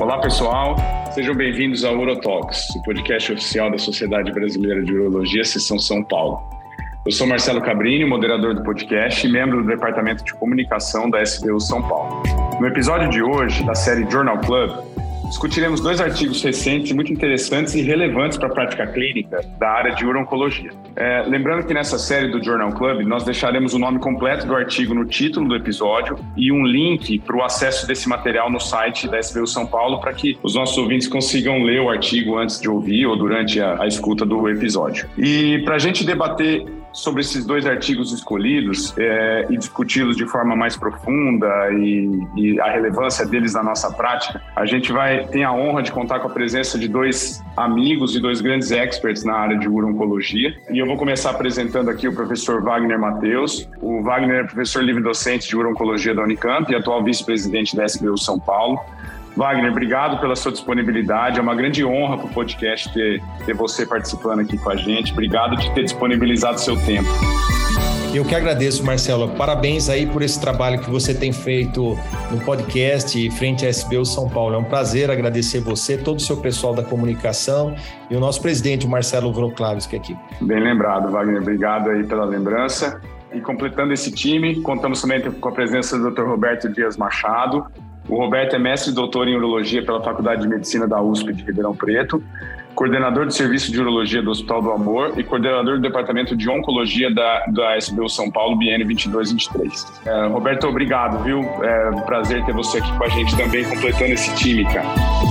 Olá, pessoal. Sejam bem-vindos ao UroTalks, o podcast oficial da Sociedade Brasileira de Urologia, Seção São Paulo. Eu sou Marcelo Cabrini, moderador do podcast e membro do Departamento de Comunicação da SBU São Paulo. No episódio de hoje, da série Journal Club, discutiremos 2 artigos recentes muito interessantes e relevantes para a prática clínica da área de uro-oncologia. Lembrando que nessa série do Journal Club, nós deixaremos o nome completo do artigo no título do episódio e um link para o acesso desse material no site da SBU São Paulo para que os nossos ouvintes consigam ler o artigo antes de ouvir ou durante a escuta do episódio. E para a gente debater sobre esses 2 artigos escolhidos e discuti-los de forma mais profunda e a relevância deles na nossa prática, a gente tem a honra de contar com a presença de 2 amigos e 2 grandes experts na área de uro-oncologia. E eu vou começar apresentando aqui o professor Wagner Matheus. O Wagner é professor livre-docente de uro-oncologia da Unicamp e atual vice-presidente da SBU São Paulo. Wagner, obrigado pela sua disponibilidade. É uma grande honra para o podcast ter você participando aqui com a gente. Obrigado de ter disponibilizado seu tempo. Eu que agradeço, Marcelo. Parabéns aí por esse trabalho que você tem feito no podcast frente à SBU São Paulo. É um prazer agradecer você, todo o seu pessoal da comunicação e o nosso presidente, o Marcelo Wrocławski aqui. Bem lembrado, Wagner. Obrigado aí pela lembrança. E completando esse time, contamos também com a presença do Dr. Roberto Dias Machado. O Roberto é mestre e doutor em urologia pela Faculdade de Medicina da USP de Ribeirão Preto, coordenador do Serviço de Urologia do Hospital do Amor e coordenador do Departamento de Oncologia da SBU São Paulo, biênio 22-23. Roberto, obrigado, viu? É um prazer ter você aqui com a gente também, completando esse time, cara.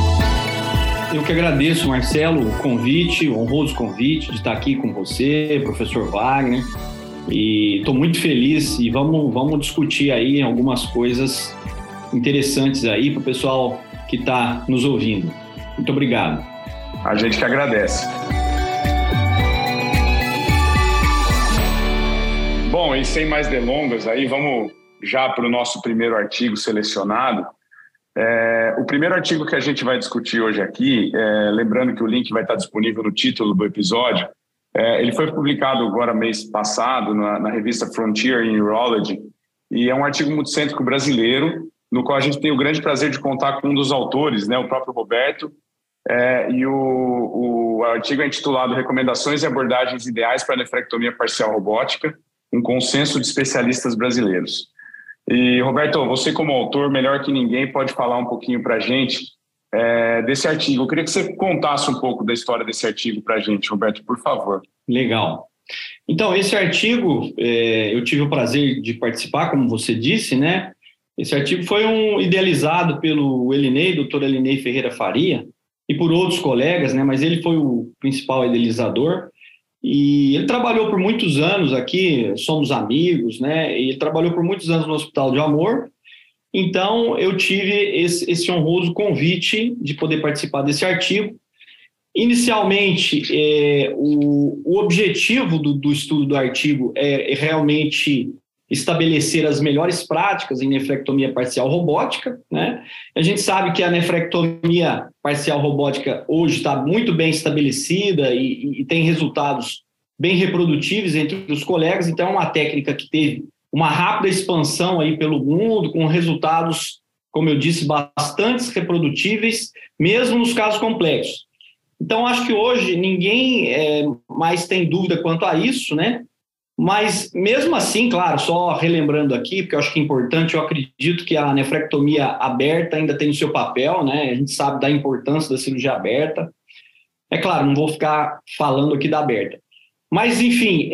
Eu que agradeço, Marcelo, o convite, o honroso convite de estar aqui com você, professor Wagner, e estou muito feliz e vamos discutir aí algumas coisas interessantes aí para o pessoal que está nos ouvindo. Muito obrigado. A gente que agradece. Bom, e sem mais delongas aí, vamos já para o nosso primeiro artigo selecionado. O primeiro artigo que a gente vai discutir hoje aqui, lembrando que o link vai estar disponível no título do episódio, ele foi publicado agora mês passado na revista Frontier in Urology e é um artigo multicêntrico brasileiro, no qual a gente tem o grande prazer de contar com um dos autores, né, o próprio Roberto, e o artigo é intitulado Recomendações e Abordagens Ideais para a Nefrectomia Parcial Robótica, um consenso de especialistas brasileiros. E, Roberto, você como autor, melhor que ninguém, pode falar um pouquinho para a gente desse artigo. Eu queria que você contasse um pouco da história desse artigo para a gente, Roberto, por favor. Legal. Então, esse artigo, eu tive o prazer de participar, como você disse, né? Esse artigo foi idealizado pelo Dr. Elinei Ferreira Faria e por outros colegas, né? Mas ele foi o principal idealizador e ele trabalhou por muitos anos aqui, somos amigos, né? E ele trabalhou por muitos anos no Hospital do Amor. Então, eu tive esse honroso convite de poder participar desse artigo. Inicialmente, o objetivo do estudo do artigo é realmente estabelecer as melhores práticas em nefrectomia parcial robótica, né? A gente sabe que a nefrectomia parcial robótica hoje está muito bem estabelecida e tem resultados bem reprodutíveis entre os colegas, então é uma técnica que teve uma rápida expansão aí pelo mundo, com resultados, como eu disse, bastante reprodutíveis, mesmo nos casos complexos. Então, acho que hoje ninguém mais tem dúvida quanto a isso, né? Mas, mesmo assim, claro, só relembrando aqui, porque eu acho que é importante, eu acredito que a nefrectomia aberta ainda tem o seu papel, né? A gente sabe da importância da cirurgia aberta. É claro, não vou ficar falando aqui da aberta. Mas, enfim,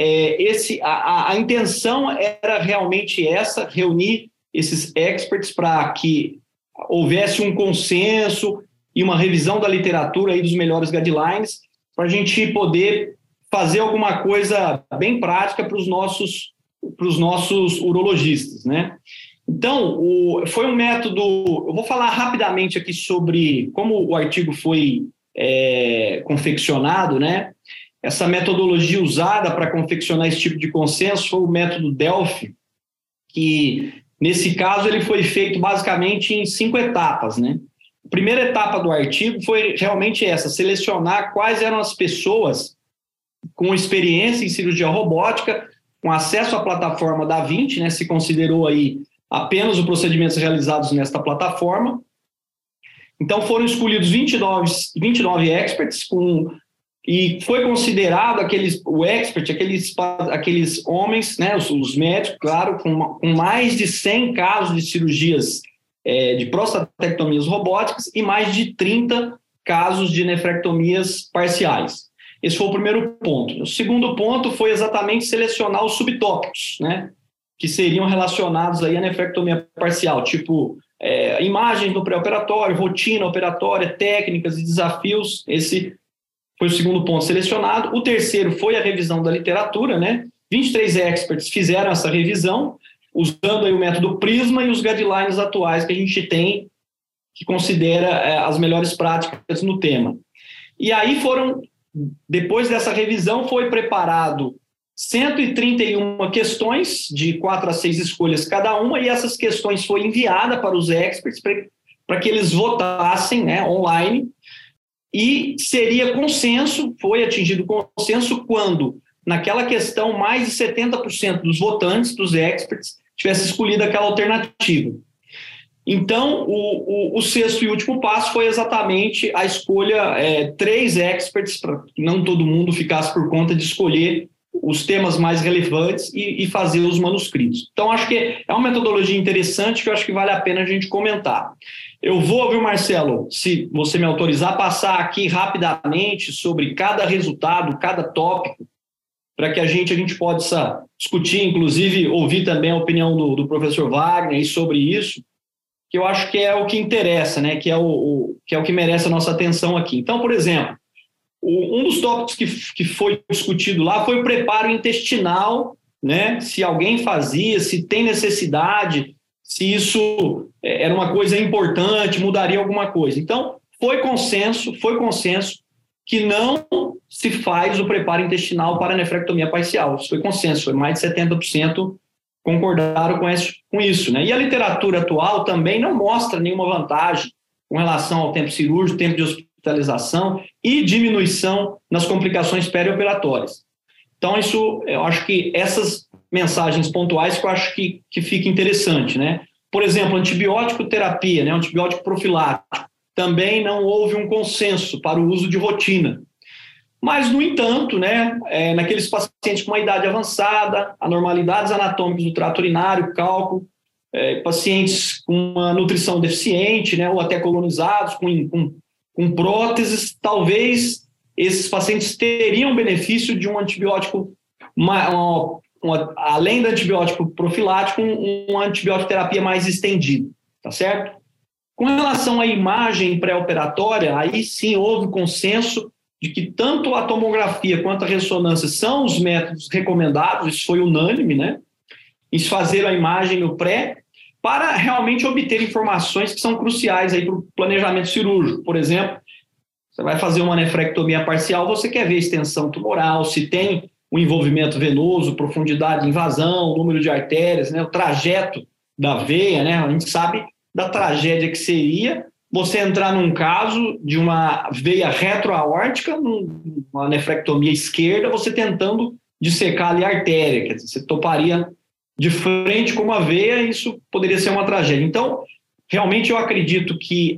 a intenção era realmente essa, reunir esses experts para que houvesse um consenso e uma revisão da literatura aí dos melhores guidelines para a gente poder fazer alguma coisa bem prática para os nossos urologistas, né? Então, foi um método... Eu vou falar rapidamente aqui sobre como o artigo foi confeccionado, né? Essa metodologia usada para confeccionar esse tipo de consenso foi o método Delphi, que, nesse caso, ele foi feito basicamente em 5 etapas, né? A primeira etapa do artigo foi realmente essa, selecionar quais eram as pessoas com experiência em cirurgia robótica, com acesso à plataforma da Da-Vinci, né? Se considerou aí apenas os procedimentos realizados nesta plataforma. Então, foram escolhidos 29 experts e foi considerado aqueles homens, né, os médicos, claro, com mais de 100 casos de cirurgias de prostatectomias robóticas e mais de 30 casos de nefrectomias parciais. Esse foi o primeiro ponto. O segundo ponto foi exatamente selecionar os subtópicos, né, que seriam relacionados aí à nefrectomia parcial, tipo imagens do pré-operatório, rotina operatória, técnicas e desafios. Esse foi o segundo ponto selecionado. O terceiro foi a revisão da literatura, né? 23 experts fizeram essa revisão, usando aí o método PRISMA e os guidelines atuais que a gente tem, que considera as melhores práticas no tema. E aí depois dessa revisão, foi preparado 131 questões, de 4 a 6 escolhas cada uma, e essas questões foram enviadas para os experts para que eles votassem, né, online, e seria consenso, foi atingido consenso quando, naquela questão, mais de 70% dos votantes, dos experts, tivesse escolhido aquela alternativa. Então, o sexto e último passo foi exatamente a escolha 3 experts, para que não todo mundo ficasse por conta de escolher os temas mais relevantes e fazer os manuscritos. Então, acho que é uma metodologia interessante que eu acho que vale a pena a gente comentar. Eu vou, viu, Marcelo, se você me autorizar, passar aqui rapidamente sobre cada resultado, cada tópico, para que a gente possa discutir, inclusive ouvir também a opinião do professor Wagner sobre isso, que eu acho que é o que interessa, né? Que é o que merece a nossa atenção aqui. Então, por exemplo, um dos tópicos que foi discutido lá foi o preparo intestinal, né? Se alguém fazia, se tem necessidade, se isso era uma coisa importante, mudaria alguma coisa. Então, foi consenso que não se faz o preparo intestinal para a nefrectomia parcial. Isso foi consenso, foi mais de 70% concordaram com isso, né? E a literatura atual também não mostra nenhuma vantagem com relação ao tempo cirúrgico, tempo de hospitalização e diminuição nas complicações perioperatórias. Então, isso, eu acho que essas mensagens pontuais que eu acho que fica interessante, né? Por exemplo, antibiótico terapia, né? Antibiótico profilático, também não houve um consenso para o uso de rotina. Mas, no entanto, né, naqueles pacientes com uma idade avançada, anormalidades anatômicas do trato urinário, cálculo, pacientes com uma nutrição deficiente, né, ou até colonizados, com próteses, talvez esses pacientes teriam benefício de um antibiótico, além do antibiótico profilático, uma antibiótico terapia mais estendida, tá certo? Com relação à imagem pré-operatória, aí sim houve consenso de que tanto a tomografia quanto a ressonância são os métodos recomendados, isso foi unânime, né? Em se fazer a imagem no pré, para realmente obter informações que são cruciais aí para o planejamento cirúrgico. Por exemplo, você vai fazer uma nefrectomia parcial, você quer ver extensão tumoral, se tem um envolvimento venoso, profundidade de invasão, número de artérias, né? O trajeto da veia, né? A gente sabe da tragédia que seria você entrar num caso de uma veia retroaórtica, uma nefrectomia esquerda, você tentando dissecar ali a artéria, quer dizer, você toparia de frente com uma veia, isso poderia ser uma tragédia. Então, realmente eu acredito que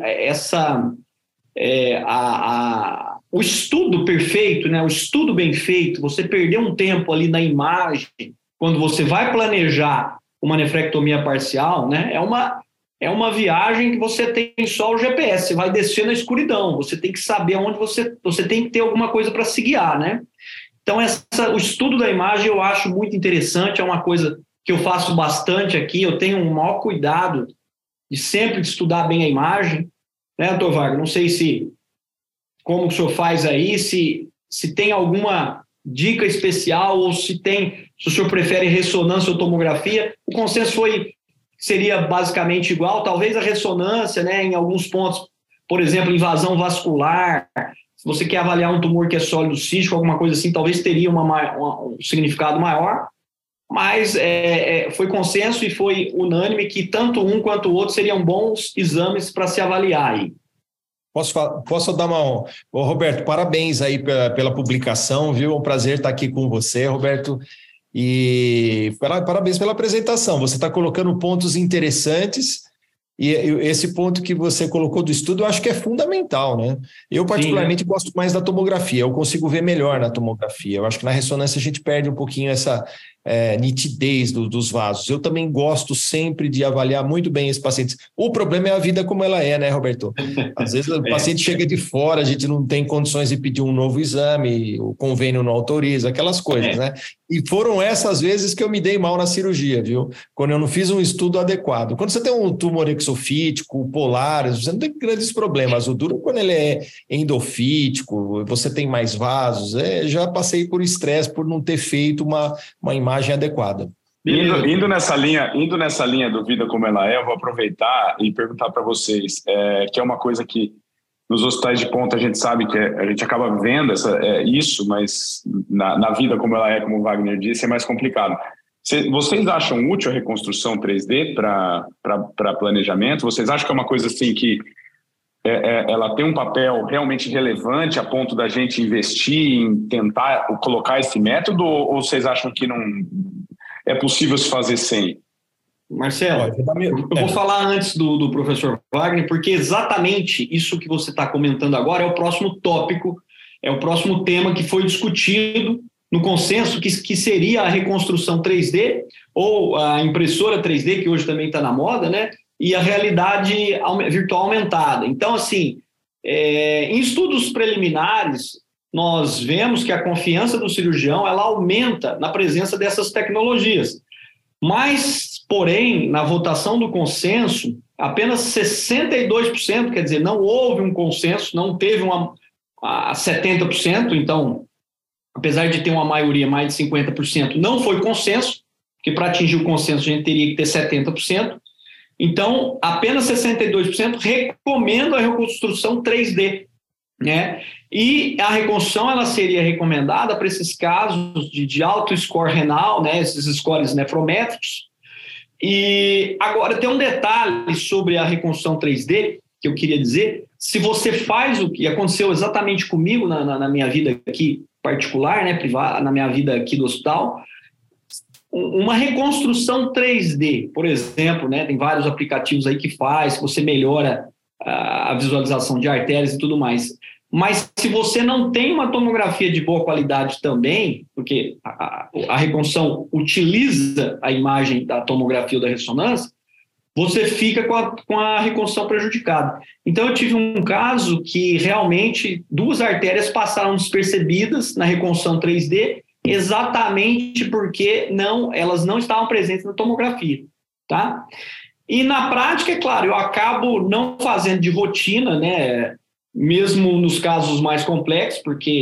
o estudo perfeito, né, o estudo bem feito, você perder um tempo ali na imagem, quando você vai planejar uma nefrectomia parcial, né, é uma viagem que você tem só o GPS, você vai descer na escuridão, você tem que saber onde você tem que ter alguma coisa para se guiar, né? Então, o estudo da imagem eu acho muito interessante, é uma coisa que eu faço bastante aqui, eu tenho um maior cuidado de sempre estudar bem a imagem, né, doutor Wagner? Não sei como o senhor faz aí, se tem alguma dica especial ou se o senhor prefere ressonância ou tomografia. O consenso seria basicamente igual, talvez a ressonância, né, em alguns pontos, por exemplo, invasão vascular, se você quer avaliar um tumor que é sólido cístico, alguma coisa assim, talvez teria um significado maior, mas foi consenso e foi unânime que tanto um quanto o outro seriam bons exames para se avaliar aí. Posso dar Ô, Roberto, parabéns aí pela publicação, viu? É um prazer estar aqui com você, Roberto. E parabéns pela apresentação. Você está colocando pontos interessantes E esse ponto que você colocou do estudo, eu acho que é fundamental, né? Eu, particularmente, Sim, né? gosto mais da tomografia, eu consigo ver melhor na tomografia. Eu acho que na ressonância a gente perde um pouquinho essa nitidez dos vasos. Eu também gosto sempre de avaliar muito bem esses pacientes. O problema é a vida como ela é, né, Roberto? Às vezes o paciente chega de fora, a gente não tem condições de pedir um novo exame, o convênio não autoriza, aquelas coisas, né? E foram essas vezes que eu me dei mal na cirurgia, viu? Quando eu não fiz um estudo adequado. Quando você tem um tumor exofítico, polar, você não tem grandes problemas. O duro é quando ele é endofítico, você tem mais vasos. Já passei por estresse por não ter feito uma imagem adequada. Indo nessa linha do vida como ela é, eu vou aproveitar e perguntar para vocês, que é uma coisa que nos hospitais de ponta a gente sabe que a gente acaba vendo isso, mas na vida como ela é, como o Wagner disse, é mais complicado. Vocês acham útil a reconstrução 3D para planejamento? Vocês acham que é uma coisa assim que ela tem um papel realmente relevante a ponto da gente investir em tentar colocar esse método, ou vocês acham que não é possível se fazer sem? Marcelo, eu vou falar antes do professor Wagner, porque exatamente isso que você está comentando agora é o próximo tópico, é o próximo tema que foi discutido no consenso, que seria a reconstrução 3D ou a impressora 3D, que hoje também está na moda, né? E a realidade virtual aumentada. Então, assim, em estudos preliminares, nós vemos que a confiança do cirurgião ela aumenta na presença dessas tecnologias. Mas, porém, na votação do consenso, apenas 62%, quer dizer, não houve um consenso, não teve a 70%, então, apesar de ter uma maioria mais de 50%, não foi consenso, porque para atingir o consenso a gente teria que ter 70%. Então, apenas 62% recomendam a reconstrução 3D, né? E a reconstrução ela seria recomendada para esses casos de alto score renal, né? Esses scores nefrométricos. E agora tem um detalhe sobre a reconstrução 3D que eu queria dizer. Se você faz o que aconteceu exatamente comigo na minha vida aqui particular, né, privada, na minha vida aqui do hospital, uma reconstrução 3D, por exemplo, né, tem vários aplicativos aí que faz, você melhora a visualização de artérias e tudo mais. Mas se você não tem uma tomografia de boa qualidade também, porque a reconstrução utiliza a imagem da tomografia ou da ressonância, você fica com a reconstrução prejudicada. Então, eu tive um caso que realmente 2 artérias passaram despercebidas na reconstrução 3D, exatamente porque elas não estavam presentes na tomografia, tá? E na prática, é claro, eu acabo não fazendo de rotina, né? Mesmo nos casos mais complexos,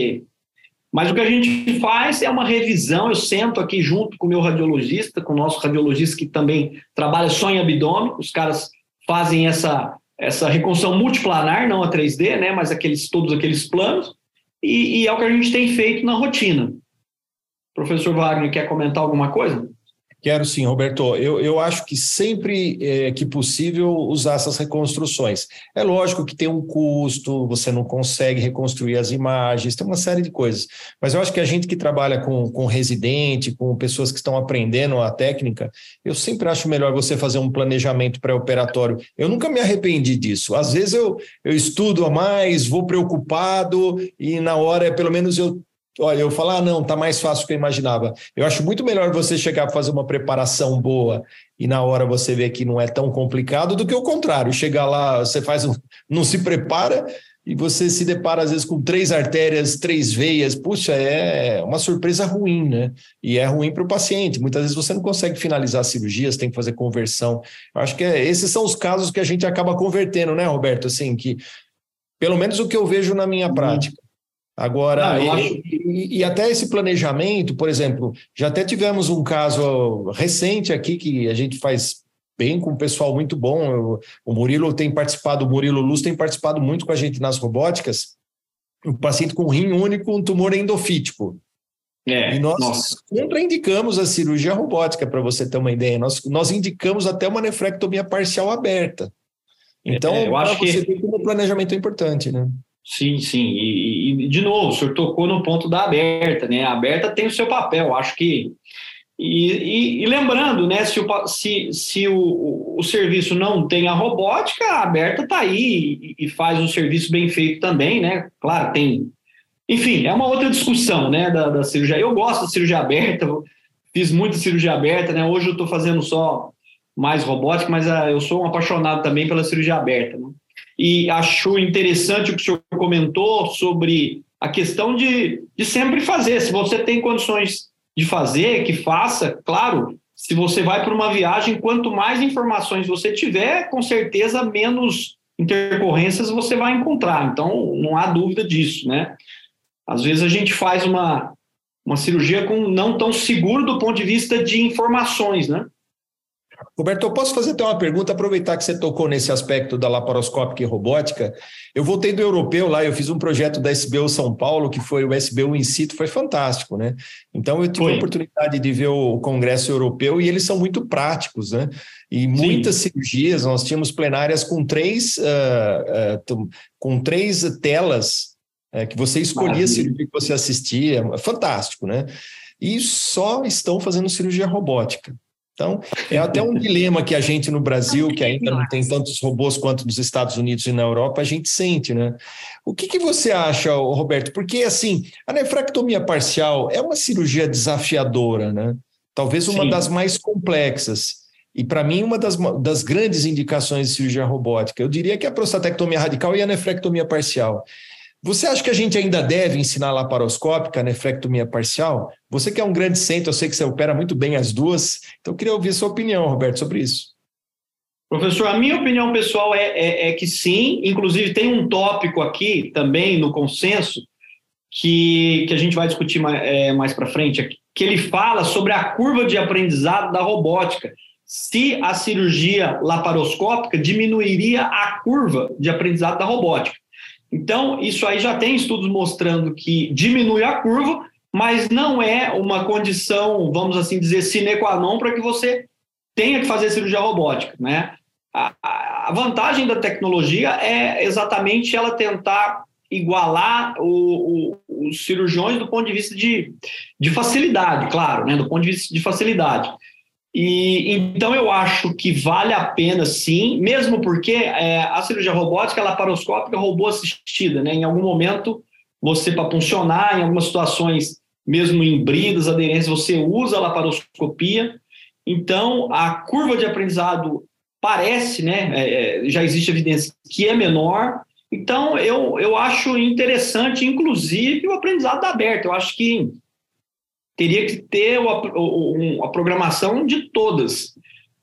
mas o que a gente faz é uma revisão. Eu sento aqui junto com o meu radiologista, com o nosso radiologista que também trabalha só em abdômen. Os caras fazem essa reconstrução multiplanar, não a 3D, né? Mas todos aqueles planos, e é o que a gente tem feito na rotina. Professor Wagner, quer comentar alguma coisa? Quero sim, Roberto. Eu acho que sempre que possível usar essas reconstruções. É lógico que tem um custo, você não consegue reconstruir as imagens, tem uma série de coisas. Mas eu acho que a gente que trabalha com residente, com pessoas que estão aprendendo a técnica, eu sempre acho melhor você fazer um planejamento pré-operatório. Eu nunca me arrependi disso. Às vezes eu estudo a mais, vou preocupado e na hora, pelo menos eu falo, não, está mais fácil do que eu imaginava. Eu acho muito melhor você chegar a fazer uma preparação boa e na hora você ver que não é tão complicado do que o contrário. Chegar lá, você não se prepara e você se depara às vezes com 3 artérias, 3 veias. Puxa, é uma surpresa ruim, né? E é ruim para o paciente. Muitas vezes você não consegue finalizar a cirurgia, você tem que fazer conversão. Eu acho que esses são os casos que a gente acaba convertendo, né, Roberto? Assim, que pelo menos o que eu vejo na minha prática. Agora, e até esse planejamento, por exemplo, já até tivemos um caso recente aqui que a gente faz bem com um pessoal muito bom. O Murilo Luz tem participado muito com a gente nas robóticas. Um paciente com rim único, um tumor endofítico. E nós contraindicamos a cirurgia robótica, para você ter uma ideia. Nós indicamos até uma nefrectomia parcial aberta. Então, eu acho que você ver como o planejamento é importante, né? Sim, sim. E, de novo, o senhor tocou no ponto da aberta, né? A aberta tem o seu papel. Acho que E lembrando, né, se o serviço não tem a robótica, a aberta está aí e faz um serviço bem feito também, né? Claro, tem... Enfim, é uma outra discussão, né, da cirurgia. Eu gosto da cirurgia aberta, fiz muita cirurgia aberta, né? Hoje eu estou fazendo só mais robótica, mas eu sou um apaixonado também pela cirurgia aberta, né? E acho interessante o que o senhor comentou sobre a questão de sempre fazer. Se você tem condições de fazer, que faça. Claro, se você vai para uma viagem, quanto mais informações você tiver, com certeza menos intercorrências você vai encontrar. Então, não há dúvida disso, né? Às vezes a gente faz uma cirurgia com não tão seguro do ponto de vista de informações, né? Roberto, eu posso fazer até uma pergunta, aproveitar que você tocou nesse aspecto da laparoscópica e robótica. Eu voltei do europeu lá, eu fiz um projeto da SBU São Paulo, que foi o SBU In Situ, foi fantástico, né? Então eu tive a oportunidade de ver o Congresso Europeu e eles são muito práticos, né? E muitas cirurgias, nós tínhamos plenárias com três telas que você escolhia a cirurgia que você assistia, fantástico, né? E só estão fazendo cirurgia robótica. Então, é até um dilema que a gente no Brasil, que ainda não tem tantos robôs quanto nos Estados Unidos e na Europa, a gente sente, né? O que você acha, Roberto? Porque, assim, a nefrectomia parcial é uma cirurgia desafiadora, né? Talvez uma das mais complexas. E, para mim, uma das grandes indicações de cirurgia robótica. Eu diria que é a prostatectomia radical e a nefrectomia parcial. Você acha que a gente ainda deve ensinar a laparoscópica, a nefrectomia parcial? Você que é um grande centro, eu sei que você opera muito bem as duas, então eu queria ouvir a sua opinião, Roberto, sobre isso. Professor, a minha opinião pessoal é que sim, inclusive tem um tópico aqui também no consenso que a gente vai discutir mais para frente, que ele fala sobre a curva de aprendizado da robótica. Se a cirurgia laparoscópica diminuiria a curva de aprendizado da robótica. Então, isso aí já tem estudos mostrando que diminui a curva, mas não é uma condição, vamos assim dizer, sine qua non para que você tenha que fazer cirurgia robótica, né? A vantagem da tecnologia é exatamente ela tentar igualar os cirurgiões do ponto de vista de facilidade, claro, né? Do ponto de vista de facilidade. E então eu acho que vale a pena sim, mesmo porque a cirurgia robótica, a laparoscópica, robô assistida, né? Em algum momento, você para funcionar, em algumas situações, mesmo em bridas, aderências, você usa a laparoscopia. Então, a curva de aprendizado parece, né? Já existe evidência que é menor. Então, eu acho interessante, inclusive, o aprendizado aberto. Eu acho que teria que ter a programação de todas.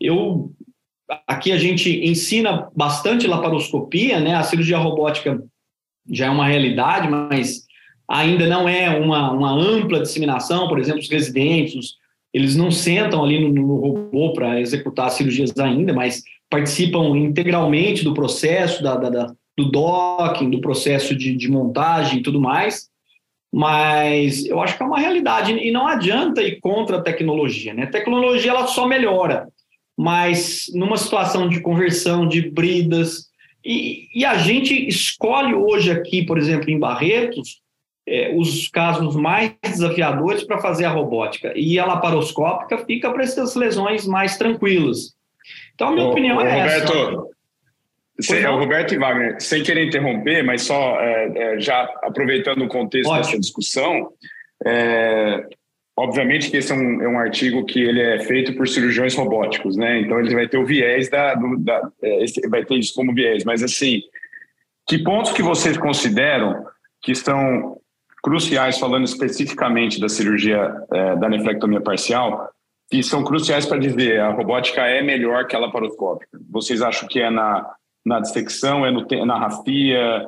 Aqui a gente ensina bastante laparoscopia, né? A cirurgia robótica já é uma realidade, mas ainda não é uma ampla disseminação. Por exemplo, os residentes, eles não sentam ali no robô para executar as cirurgias ainda, mas participam integralmente do processo, do docking, do processo de montagem e tudo mais. Mas eu acho que é uma realidade e não adianta ir contra a tecnologia, né? A tecnologia ela só melhora, mas numa situação de conversão, de bridas, e a gente escolhe hoje aqui, por exemplo, em Barretos, os casos mais desafiadores para fazer a robótica, e a laparoscópica fica para essas lesões mais tranquilas. Então, a minha opinião é essa. Roberto e Wagner, sem querer interromper, mas só já aproveitando o contexto dessa discussão, obviamente que esse é um artigo que ele é feito por cirurgiões robóticos, né? Então ele vai ter o viés vai ter isso como viés, mas assim, que pontos que vocês consideram que estão cruciais, falando especificamente da cirurgia da nefrectomia parcial, que são cruciais para dizer a robótica é melhor que a laparoscópica? Vocês acham que é na dissecção, na rafia,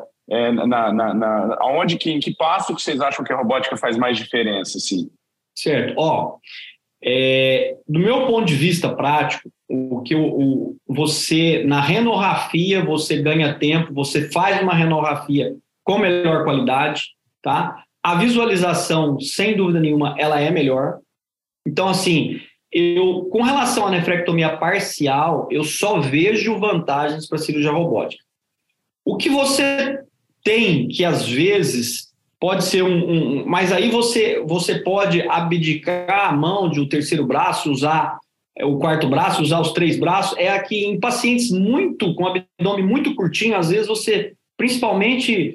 em que passo que vocês acham que a robótica faz mais diferença? Assim? Certo. Do meu ponto de vista prático, você, na renorrafia, você ganha tempo, você faz uma renorrafia com melhor qualidade, tá? A visualização, sem dúvida nenhuma, ela é melhor. Então, assim, com relação à nefrectomia parcial, eu só vejo vantagens para a cirurgia robótica. O que você tem que, às vezes, pode ser mas aí você pode abdicar a mão de um terceiro braço, usar o quarto braço, usar os 3 braços. É aqui em pacientes com abdômen muito curtinho, às vezes você, principalmente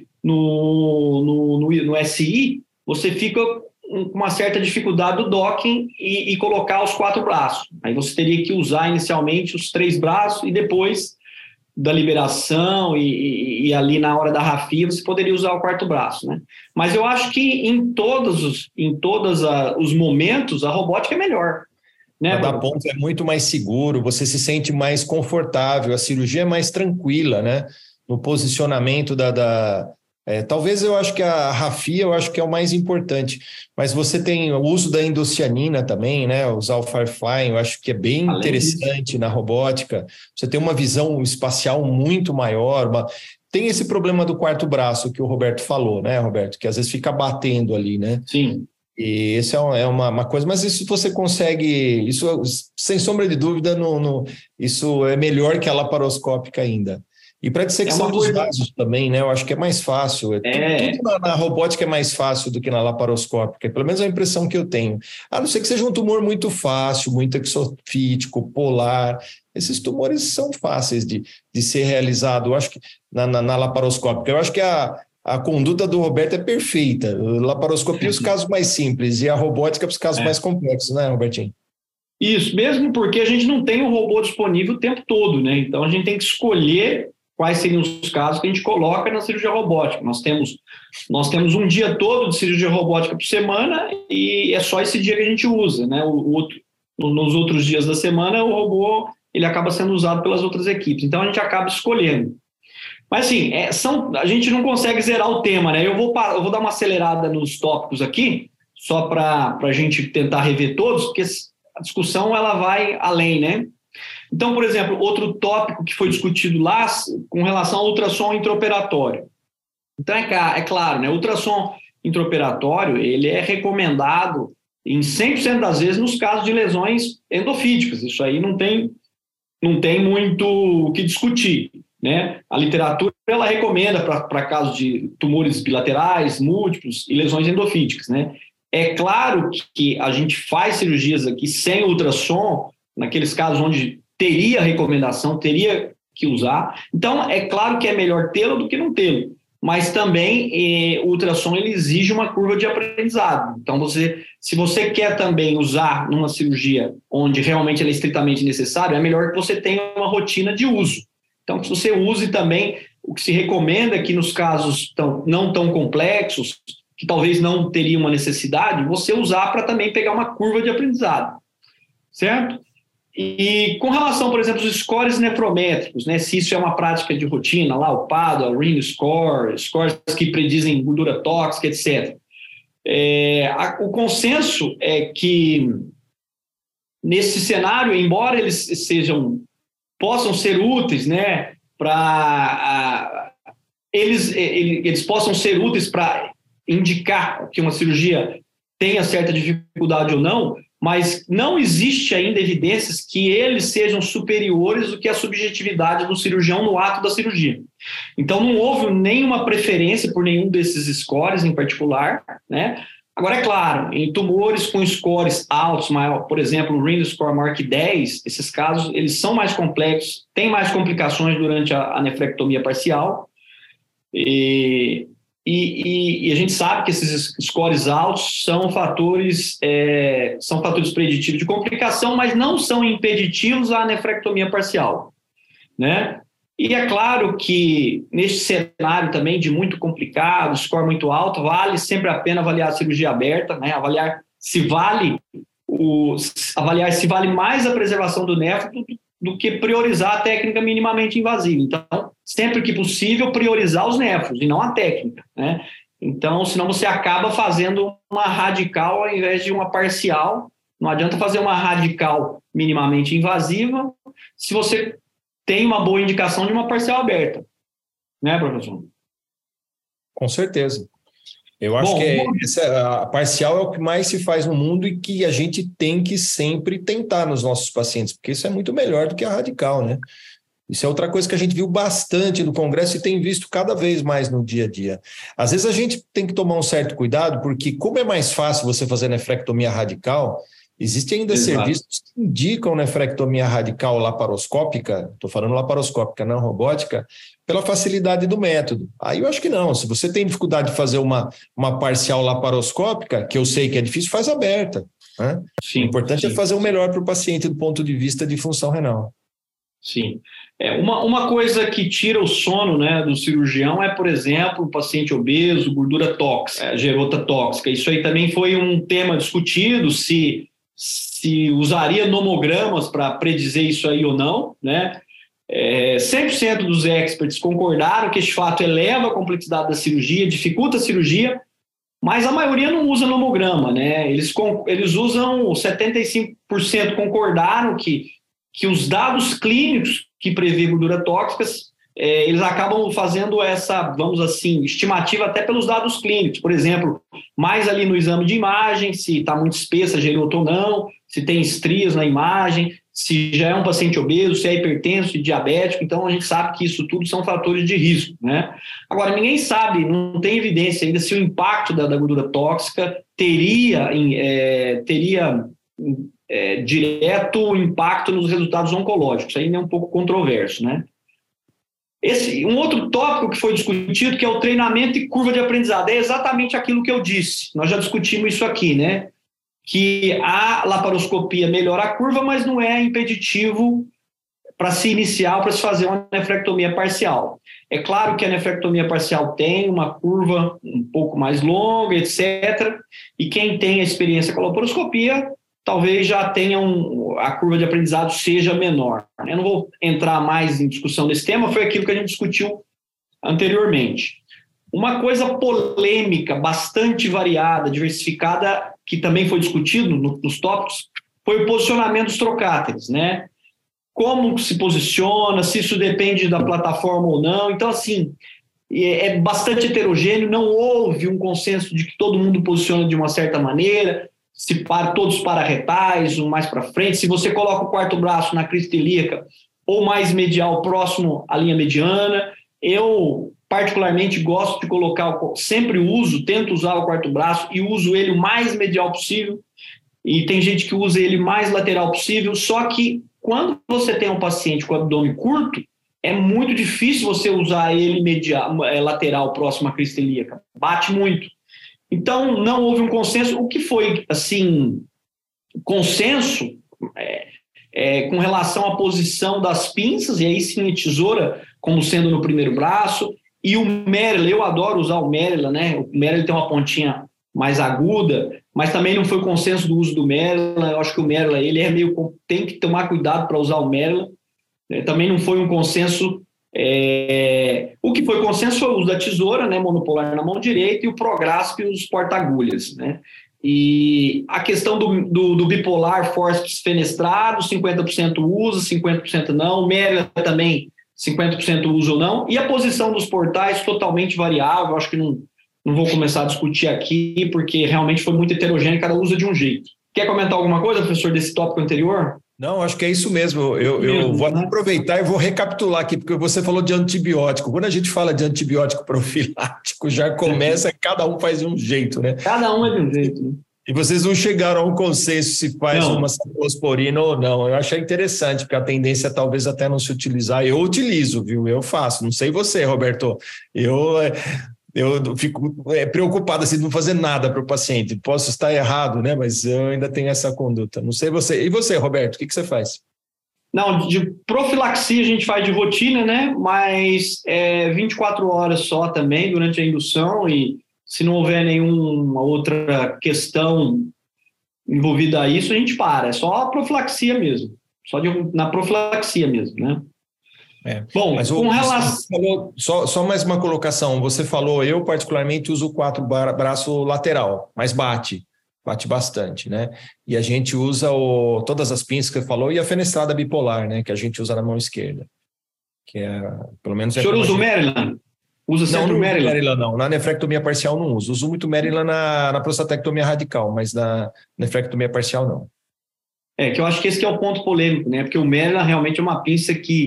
no SI, você fica com uma certa dificuldade do docking e colocar os 4 braços. Aí você teria que usar inicialmente os 3 braços e depois da liberação e ali na hora da rafia você poderia usar o quarto braço, né? Mas eu acho que em todos os momentos a robótica é melhor, né? Cada ponto é muito mais seguro, você se sente mais confortável, a cirurgia é mais tranquila, né? No posicionamento talvez eu acho que a rafia eu acho que é o mais importante, mas você tem o uso da endocianina também, né? Usar o Firefly, eu acho que é bem interessante na robótica. Você tem uma visão espacial muito maior. Tem esse problema do quarto braço que o Roberto falou, né, Roberto? Que às vezes fica batendo ali, né? Sim. E isso é uma coisa, mas isso você consegue, isso sem sombra de dúvida, isso é melhor que a laparoscópica ainda. E para dissecção dos vasos também, né? Eu acho que é mais fácil. Tudo na robótica é mais fácil do que na laparoscópica, pelo menos é a impressão que eu tenho. A não ser que seja um tumor muito fácil, muito exofítico, polar. Esses tumores são fáceis de ser realizado. Eu acho que na laparoscópica. Eu acho que a conduta do Roberto é perfeita. Laparoscopia, os casos mais simples, e a robótica para os casos mais complexos, né, Robertinho? Isso, mesmo porque a gente não tem o robô disponível o tempo todo, né? Então a gente tem que escolher quais seriam os casos que a gente coloca na cirurgia robótica. Nós temos um dia todo de cirurgia robótica por semana e é só esse dia que a gente usa, né? Nos outros dias da semana, o robô ele acaba sendo usado pelas outras equipes. Então, a gente acaba escolhendo. Mas, assim, a gente não consegue zerar o tema, né? Eu vou dar uma acelerada nos tópicos aqui, só para a gente tentar rever todos, porque a discussão ela vai além, né? Então, por exemplo, outro tópico que foi discutido lá com relação ao ultrassom intraoperatório. Então, é claro, né? O ultrassom intraoperatório, ele é recomendado em 100% das vezes nos casos de lesões endofíticas. Isso aí não tem muito o que discutir, né? A literatura, ela recomenda para casos de tumores bilaterais, múltiplos e lesões endofíticas, né? É claro que a gente faz cirurgias aqui sem ultrassom, naqueles casos onde teria recomendação, teria que usar. Então, é claro que é melhor tê-lo do que não tê-lo, mas também o ultrassom ele exige uma curva de aprendizado. Então, se você quer também usar numa cirurgia onde realmente ele é estritamente necessário, é melhor que você tenha uma rotina de uso. Então, que você use também, o que se recomenda é que nos casos não tão complexos, que talvez não teria uma necessidade, você usar para também pegar uma curva de aprendizado, certo? E com relação, por exemplo, aos scores nefrométricos, né, se isso é uma prática de rotina, lá o PADO, a RINO Score, scores que predizem gordura tóxica, etc. O consenso é que, nesse cenário, embora eles possam ser úteis, né, eles possam ser úteis para indicar que uma cirurgia tenha certa dificuldade ou não, mas não existe ainda evidências que eles sejam superiores do que a subjetividade do cirurgião no ato da cirurgia. Então, não houve nenhuma preferência por nenhum desses scores em particular, né? Agora, é claro, em tumores com scores altos, maior, por exemplo, o RINO Score Mark 10, esses casos eles são mais complexos, têm mais complicações durante a nefrectomia parcial, e a gente sabe que esses scores altos são fatores preditivos de complicação, mas não são impeditivos à nefrectomia parcial, né? E é claro que neste cenário também de muito complicado, score muito alto, vale sempre a pena avaliar a cirurgia aberta, né? Avaliar se vale mais a preservação do néfro do que priorizar a técnica minimamente invasiva. Então, sempre que possível, priorizar os néfros e não a técnica, né? Então, senão você acaba fazendo uma radical ao invés de uma parcial. Não adianta fazer uma radical minimamente invasiva se você tem uma boa indicação de uma parcial aberta, né, professor? Com certeza. Eu acho que a parcial é o que mais se faz no mundo e que a gente tem que sempre tentar nos nossos pacientes, porque isso é muito melhor do que a radical, né? Isso é outra coisa que a gente viu bastante no Congresso e tem visto cada vez mais no dia a dia. Às vezes a gente tem que tomar um certo cuidado, porque como é mais fácil você fazer nefrectomia radical, existem ainda serviços que indicam nefrectomia radical laparoscópica, estou falando laparoscópica, não robótica, pela facilidade do método. Aí eu acho que não. Se você tem dificuldade de fazer uma parcial laparoscópica, que eu sei que é difícil, faz aberta, né? Sim, o importante é fazer o melhor para o paciente do ponto de vista de função renal. Sim. Uma coisa que tira o sono, né, do cirurgião é, por exemplo, o paciente obeso, gordura tóxica, gerota tóxica. Isso aí também foi um tema discutido, se usaria nomogramas para predizer isso aí ou não, né? 100% dos experts concordaram que este fato eleva a complexidade da cirurgia, dificulta a cirurgia, mas a maioria não usa nomograma, né? Eles usam, 75% concordaram que os dados clínicos que prevê gordura tóxicas, eles acabam fazendo essa, vamos assim, estimativa até pelos dados clínicos. Por exemplo, mais ali no exame de imagem, se está muito espessa a gerota ou não, se tem estrias na imagem, se já é um paciente obeso, se é hipertenso, se é diabético. Então, a gente sabe que isso tudo são fatores de risco, né? Agora, ninguém sabe, não tem evidência ainda se o impacto da gordura tóxica teria direto impacto nos resultados oncológicos. Isso aí é um pouco controverso, né? Um outro tópico que foi discutido, que é o treinamento e curva de aprendizado, é exatamente aquilo que eu disse. Nós já discutimos isso aqui, né? Que a laparoscopia melhora a curva, mas não é impeditivo para se iniciar, para se fazer uma nefrectomia parcial. É claro que a nefrectomia parcial tem uma curva um pouco mais longa, etc. E quem tem a experiência com a laparoscopia talvez já tenha a curva de aprendizado seja menor. Eu não vou entrar mais em discussão desse tema, foi aquilo que a gente discutiu anteriormente. Uma coisa polêmica, bastante variada, diversificada, que também foi discutido nos tópicos, foi o posicionamento dos trocáteres, né? Como se posiciona, se isso depende da plataforma ou não. Então, assim, é bastante heterogêneo, não houve um consenso de que todo mundo posiciona de uma certa maneira, se todos para-retais, um mais para frente, se você coloca o quarto braço na crista ilíaca ou mais medial, próximo à linha mediana. Eu, particularmente, gosto de colocar, tento usar o quarto braço e uso ele o mais medial possível, e tem gente que usa ele mais lateral possível, só que quando você tem um paciente com abdômen curto, é muito difícil você usar ele lateral próximo à crista ilíaca, bate muito. Então, não houve um consenso. O que foi, assim, consenso com relação à posição das pinças, e aí sim a tesoura como sendo no primeiro braço, e o Maryland, eu adoro usar o Maryland, né? O Maryland tem uma pontinha mais aguda, mas também não foi consenso do uso do Maryland. Eu acho que o Maryland, ele tem que tomar cuidado para usar o Maryland. Também não foi um consenso. O que foi consenso foi o uso da tesoura, né, monopolar na mão direita, e o Prograsp e os porta-agulhas, né? E a questão do bipolar forceps fenestrado, 50% usa, 50% não. O Maryland também, 50% usa ou não. E a posição dos portais totalmente variável. Acho que não vou começar a discutir aqui, porque realmente foi muito heterogêneo, cada usa de um jeito. Quer comentar alguma coisa, professor, desse tópico anterior? Não, acho que é isso mesmo. Eu vou aproveitar e vou recapitular aqui, porque você falou de antibiótico. Quando a gente fala de antibiótico profilático, já começa, cada um faz de um jeito, né? Cada um é de um jeito, né? E vocês não chegaram a um consenso se faz uma cefalosporina ou não. Eu achei interessante, porque a tendência é talvez até não se utilizar. Eu utilizo, viu? Eu faço. Não sei você, Roberto. Eu fico preocupado assim, de não fazer nada para o paciente. Posso estar errado, né? Mas eu ainda tenho essa conduta. Não sei você. E você, Roberto, o que você faz? Não, de profilaxia a gente faz de rotina, né? Mas 24 horas só também durante a indução, e se não houver nenhuma outra questão envolvida a isso, a gente para. É só a profilaxia mesmo. Na profilaxia mesmo, né? Bom, mas com relação... Só mais uma colocação. Você falou, eu particularmente uso o braço lateral, mas bate bastante, né? E a gente usa todas as pinças que você falou e a fenestrada bipolar, né? Que a gente usa na mão esquerda. Que pelo menos... O senhor usa o Maryland? Usa sempre o Maryland? Não. Na nefrectomia parcial não uso. Uso muito Maryland na prostatectomia radical, mas na nefrectomia parcial não. Que eu acho que esse que é o ponto polêmico, né? Porque o Maryland realmente é uma pinça que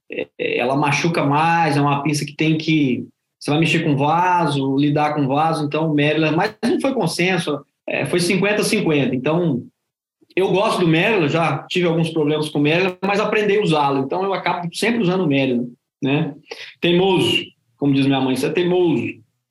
ela machuca mais, é uma pinça que você vai mexer com vaso, lidar com vaso, então o Maryland, mas não foi consenso, foi 50-50, então eu gosto do Maryland, já tive alguns problemas com o Maryland, mas aprendi a usá-lo, então eu acabo sempre usando o Maryland, né? Teimoso, como diz minha mãe, você é teimoso.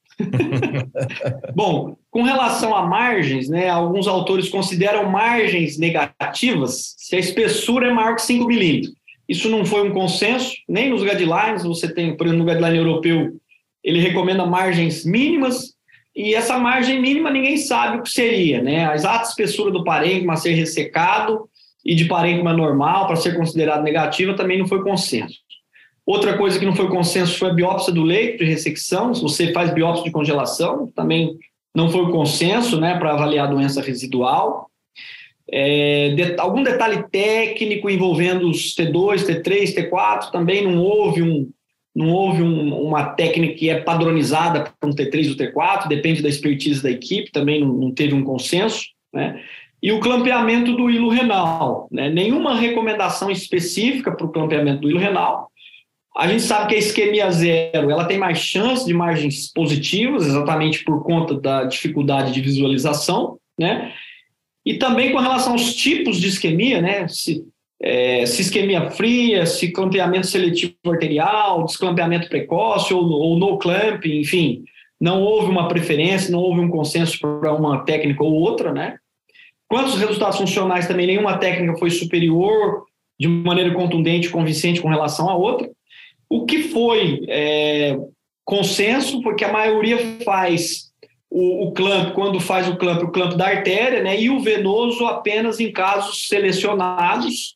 Bom, com relação a margens, né, alguns autores consideram margens negativas se a espessura é maior que 5 milímetros. Isso não foi um consenso, nem nos guidelines. Você tem, por exemplo, no guideline europeu, ele recomenda margens mínimas, e essa margem mínima ninguém sabe o que seria, né? A exata espessura do parênquima a ser ressecado e de parênquima normal para ser considerado negativa também não foi consenso. Outra coisa que não foi consenso foi a biópsia do leito de ressecção. Se você faz biópsia de congelação, também não foi consenso, né, para avaliar a doença residual. Algum detalhe técnico envolvendo os T2, T3, T4, também não houve uma técnica que é padronizada para um T3 ou T4, depende da expertise da equipe, também não teve um consenso, né? E o clampeamento do hilo renal, né? Nenhuma recomendação específica para o clampeamento do hilo renal. A gente sabe que a isquemia zero ela tem mais chance de margens positivas, exatamente por conta da dificuldade de visualização, né? E também com relação aos tipos de isquemia, né? Se isquemia fria, se clampeamento seletivo arterial, desclampeamento precoce ou no clamp, enfim, não houve uma preferência, não houve um consenso para uma técnica ou outra, né? Quanto aos resultados funcionais, também nenhuma técnica foi superior de maneira contundente e convincente com relação à outra. O que foi consenso foi que a maioria faz o clamp, quando faz o clamp da artéria, né, e o venoso apenas em casos selecionados,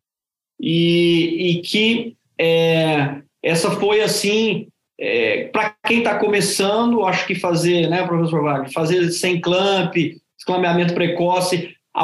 e que essa foi assim, para quem está começando, acho que fazer, né, professor Wagner, fazer sem clamp, desclampeamento precoce, a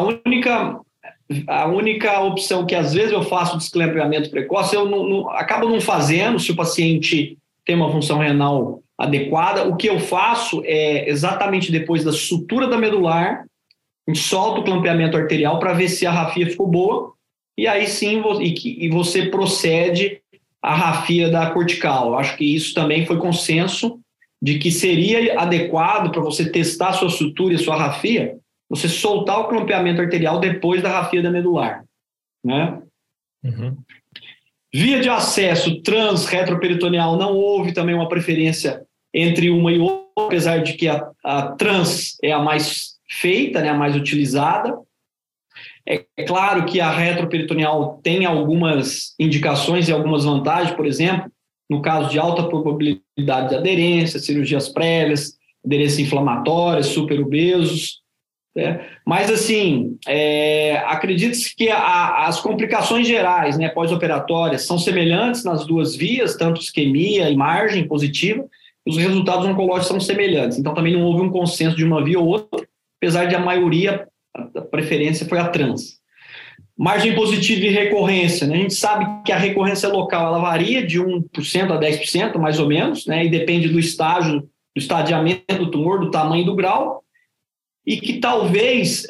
única opção que às vezes eu faço desclampeamento precoce, eu acabo não fazendo se o paciente tem uma função renal adequada. O que eu faço é exatamente depois da sutura da medular, a gente solta o clampeamento arterial para ver se a rafia ficou boa, e aí sim você procede à rafia da cortical. Eu acho que isso também foi consenso de que seria adequado para você testar a sua sutura e a sua rafia, você soltar o clampeamento arterial depois da rafia da medular, né? Uhum. Via de acesso trans-retroperitoneal, não houve também uma preferência entre uma e outra, apesar de que a trans é a mais feita, né, a mais utilizada. É claro que a retroperitoneal tem algumas indicações e algumas vantagens, por exemplo, no caso de alta probabilidade de aderência, cirurgias prévias, aderência inflamatória, superobesos, né? Mas, assim, acredita-se que as complicações gerais, né, pós-operatórias são semelhantes nas duas vias, tanto isquemia e margem positiva, e os resultados oncológicos são semelhantes. Então, também não houve um consenso de uma via ou outra, apesar de a maioria, a preferência foi a trans. Margem positiva e recorrência, né? A gente sabe que a recorrência local ela varia de 1% a 10%, mais ou menos, né? E depende do estágio, do estadiamento do tumor, do tamanho do grau, e que talvez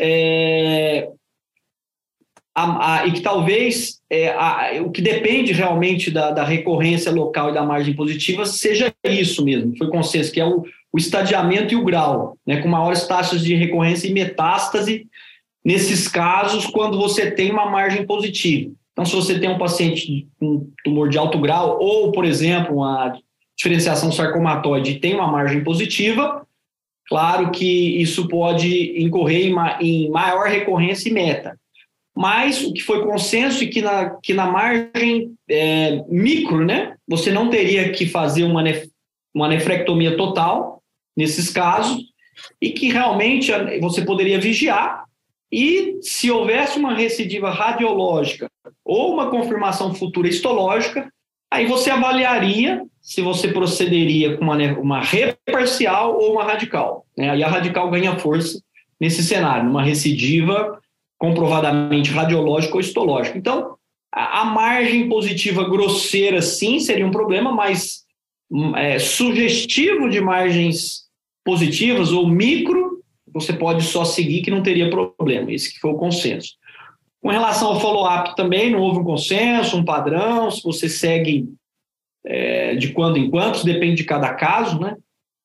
o que depende realmente da recorrência local e da margem positiva seja isso mesmo, foi consenso, que é o estadiamento e o grau, né, com maiores taxas de recorrência e metástase nesses casos quando você tem uma margem positiva. Então, se você tem um paciente com tumor de alto grau ou, por exemplo, uma diferenciação sarcomatóide e tem uma margem positiva, claro que isso pode incorrer em maior recorrência e meta. Mas o que foi consenso é que na margem micro, né, você não teria que fazer uma nefrectomia total nesses casos e que realmente você poderia vigiar e se houvesse uma recidiva radiológica ou uma confirmação futura histológica, aí você avaliaria se você procederia com uma reparcial ou uma radical, né? Aí a radical ganha força nesse cenário, uma recidiva comprovadamente radiológica ou histológica. Então, a margem positiva grosseira, sim, seria um problema, mas sugestivo de margens positivas ou micro, você pode só seguir que não teria problema. Esse que foi o consenso. Com relação ao follow-up também, não houve um consenso, um padrão, se você segue de quando em quando, depende de cada caso, né?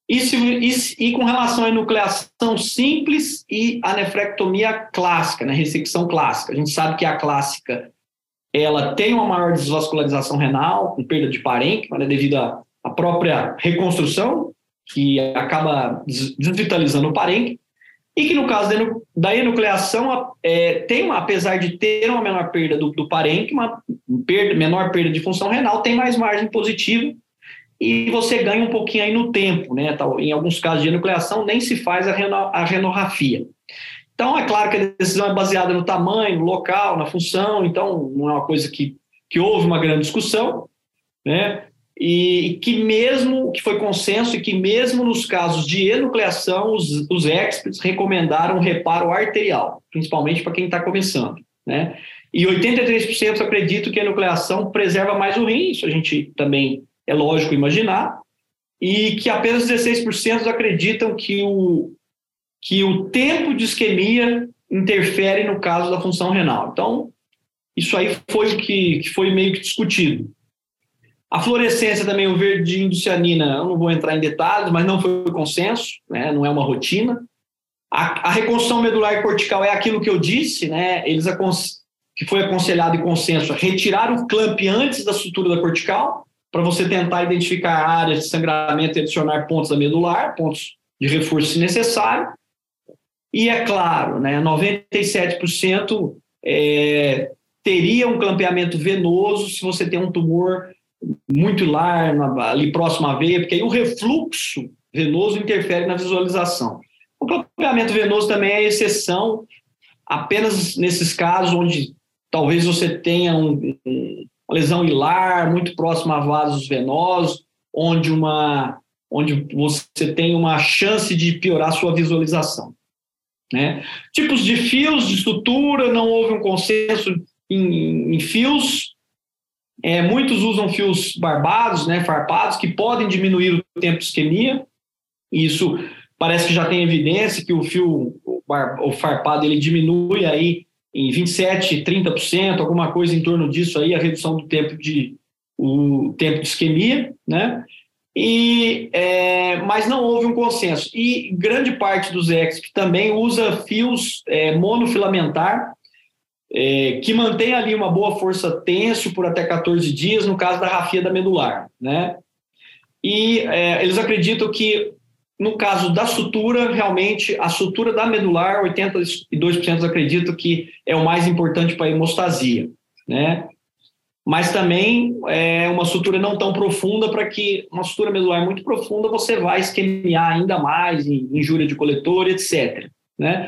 E com relação à enucleação simples e a nefrectomia clássica, né? Ressecção clássica. A gente sabe que a clássica ela tem uma maior desvascularização renal, com perda de parênquima, né? Devido à própria reconstrução, que acaba desvitalizando o parênquima. E que no caso da enucleação, apesar de ter uma menor perda do parênquima, menor perda de função renal, tem mais margem positiva e você ganha um pouquinho aí no tempo, né? Em alguns casos de enucleação nem se faz a renorrafia. Então, é claro que a decisão é baseada no tamanho, no local, na função, então não é uma coisa que houve uma grande discussão, né? E que foi consenso e que mesmo nos casos de enucleação, os experts recomendaram reparo arterial, principalmente para quem está começando, né? E 83% acreditam que a enucleação preserva mais o rim, isso a gente também é lógico imaginar, e que apenas 16% acreditam que o tempo de isquemia interfere no caso da função renal. Então, isso aí foi o que foi meio que discutido. A fluorescência também, o verdinho de cianina, eu não vou entrar em detalhes, mas não foi consenso, né? Não é uma rotina. A reconstrução medular e cortical é aquilo que eu disse, né? Que foi aconselhado em consenso retirar o clamp antes da sutura da cortical, para você tentar identificar áreas de sangramento e adicionar pontos da medular, pontos de reforço se necessário. E é claro, né, 97% teria um clampeamento venoso se você tem um tumor muito hilar, ali próximo à veia, porque aí o refluxo venoso interfere na visualização. O clampeamento venoso também é exceção, apenas nesses casos onde talvez você tenha uma lesão hilar muito próxima a vasos venosos, onde você tem uma chance de piorar a sua visualização, né? Tipos de fios de sutura, não houve um consenso em fios. Muitos usam fios barbados, né, farpados, que podem diminuir o tempo de isquemia. Isso parece que já tem evidência que o farpado ele diminui aí em 27%, 30%, alguma coisa em torno disso aí, a redução do tempo de isquemia, né? Mas não houve um consenso. E grande parte dos experts também usa fios monofilamentar, que mantém ali uma boa força tênsio por até 14 dias, no caso da rafia da medular, né? E eles acreditam que, no caso da sutura, realmente, a sutura da medular, 82% acreditam que é o mais importante para a hemostasia, né? Mas também uma sutura não tão profunda, para que uma sutura medular muito profunda você vai isquemiar ainda mais, injúria de coletor, etc., né?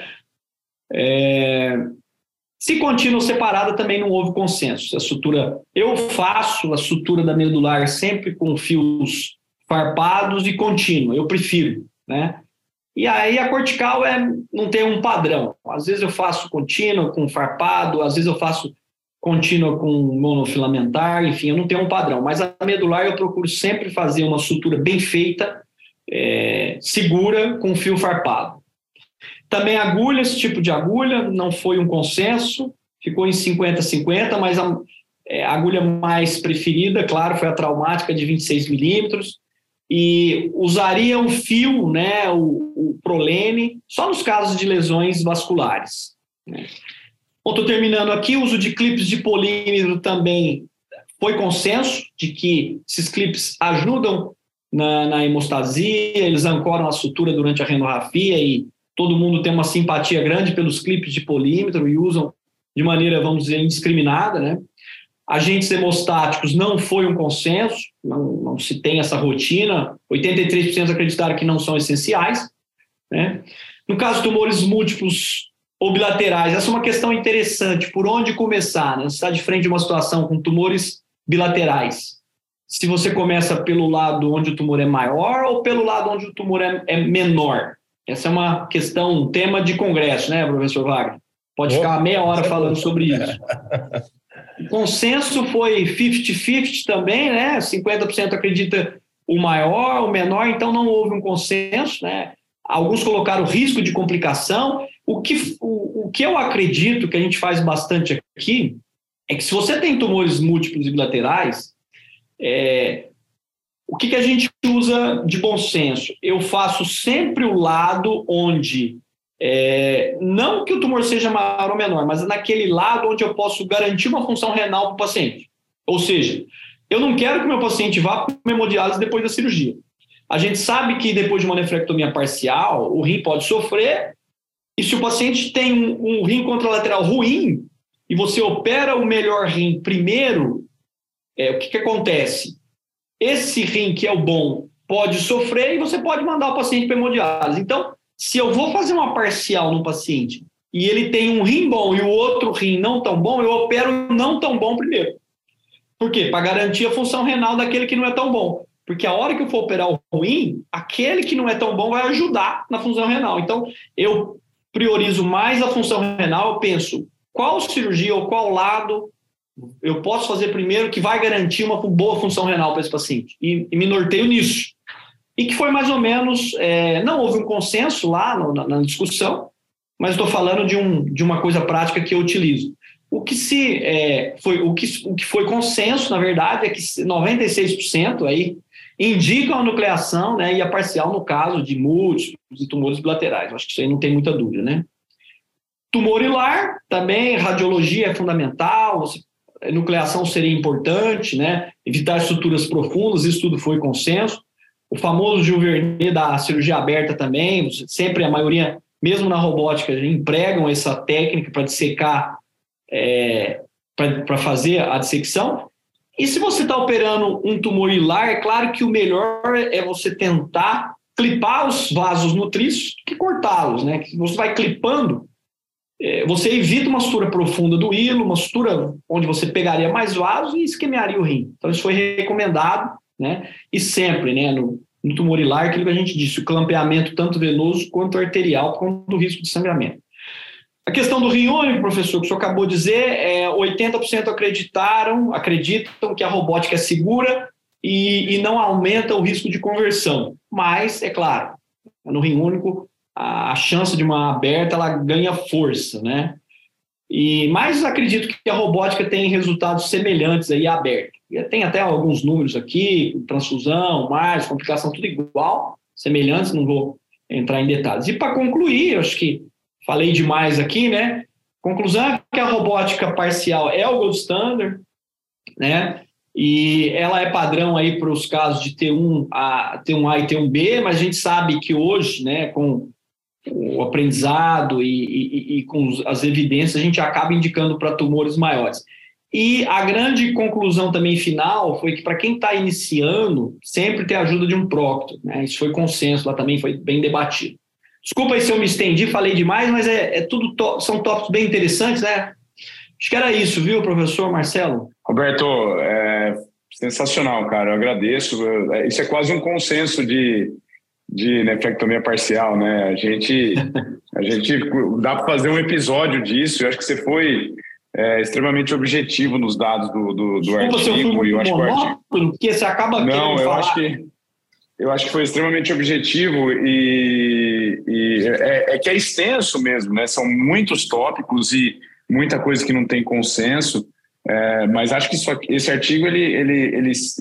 Se contínua ou separada também não houve consenso. Eu faço a sutura da medular sempre com fios farpados e contínua, eu prefiro, né? E aí a cortical não tem um padrão. Às vezes eu faço contínua com farpado, às vezes eu faço contínua com monofilamentar, enfim, eu não tenho um padrão. Mas a medular eu procuro sempre fazer uma sutura bem feita, segura, com fio farpado. Também agulha, esse tipo de agulha, não foi um consenso, ficou em 50-50, mas a agulha mais preferida, claro, foi a traumática de 26 milímetros, e usaria um fio, né, o Prolene, só nos casos de lesões vasculares, né? Bom, estou terminando aqui, o uso de clipes de polímero também foi consenso, de que esses clipes ajudam na hemostasia, eles ancoram a sutura durante a renorrafia e todo mundo tem uma simpatia grande pelos clipes de polímetro e usam de maneira, vamos dizer, indiscriminada, né? Agentes hemostáticos não foi um consenso, não se tem essa rotina, 83% acreditaram que não são essenciais, né? No caso de tumores múltiplos ou bilaterais, essa é uma questão interessante, por onde começar, né? Você está de frente de uma situação com tumores bilaterais. Se você começa pelo lado onde o tumor é maior ou pelo lado onde o tumor é menor. Essa é uma questão, um tema de congresso, né, professor Wagner? Pode ficar meia hora falando sobre isso. O consenso foi 50-50 também, né? 50% acredita o maior, o menor, então não houve um consenso, né? Alguns colocaram risco de complicação. O que eu acredito que a gente faz bastante aqui é que se você tem tumores múltiplos e bilaterais, o que a gente usa de bom senso? Eu faço sempre o lado onde, não que o tumor seja maior ou menor, mas naquele lado onde eu posso garantir uma função renal para o paciente. Ou seja, eu não quero que o meu paciente vá para hemodiálise depois da cirurgia. A gente sabe que depois de uma nefrectomia parcial, o rim pode sofrer, e se o paciente tem um rim contralateral ruim, e você opera o melhor rim primeiro, o que acontece? Esse rim que é o bom pode sofrer e você pode mandar o paciente para hemodiálise. Então, se eu vou fazer uma parcial no paciente e ele tem um rim bom e o outro rim não tão bom, eu opero o não tão bom primeiro. Por quê? Para garantir a função renal daquele que não é tão bom. Porque a hora que eu for operar o ruim, aquele que não é tão bom vai ajudar na função renal. Então, eu priorizo mais a função renal, eu penso qual cirurgia ou qual lado eu posso fazer primeiro que vai garantir uma boa função renal para esse paciente. E me norteio nisso. E que foi mais ou menos... não houve um consenso lá na discussão, mas estou falando de uma coisa prática que eu utilizo. O que foi consenso, na verdade, é que 96% aí indicam a nucleação, né, e a parcial no caso de múltiplos e tumores bilaterais. Acho que isso aí não tem muita dúvida, né? Tumor hilar, também, radiologia é fundamental, nucleação seria importante, né? Evitar estruturas profundas, isso tudo foi consenso. O famoso Gil-Vernet da cirurgia aberta também, sempre a maioria, mesmo na robótica, empregam essa técnica para dissecar, para fazer a dissecção. E se você está operando um tumor hilar, é claro que o melhor é você tentar clipar os vasos nutrícios que cortá-los, né? Que você vai clipando, você evita uma sutura profunda do hilo, uma sutura onde você pegaria mais vasos e esquemearia o rim. Então, isso foi recomendado, né? E sempre, né, no tumor hilar, aquilo que a gente disse, o clampeamento tanto venoso quanto arterial, quanto o risco de sangramento. A questão do rim único, professor, que o senhor acabou de dizer, 80% acreditam que a robótica é segura e não aumenta o risco de conversão. Mas, é claro, no rim único, a chance de uma aberta ela ganha força, né? Mas acredito que a robótica tem resultados semelhantes aí à aberta. Tem até alguns números aqui, transfusão, mais, complicação, tudo igual, semelhantes, não vou entrar em detalhes. E para concluir, eu acho que falei demais aqui, né? Conclusão é que a robótica parcial é o gold standard, né? E ela é padrão aí para os casos de T1A e T1B, mas a gente sabe que hoje, né, com o aprendizado e com as evidências, a gente acaba indicando para tumores maiores. E a grande conclusão também final foi que para quem está iniciando, sempre tem a ajuda de um proctor, né? Isso foi consenso lá também, foi bem debatido. Desculpa aí se eu me estendi, falei demais, mas são tópicos bem interessantes, né? Acho que era isso, viu, professor Marcelo? Roberto, sensacional, cara, eu agradeço. Isso é quase um consenso de nefrectomia parcial, né? A gente dá para fazer um episódio disso, eu acho que você foi extremamente objetivo nos dados do Desculpa, artigo. Se eu fui muito monótono, porque você acaba Não, eu acho que foi extremamente objetivo e que é extenso mesmo, né? São muitos tópicos e muita coisa que não tem consenso, mas acho que esse artigo ele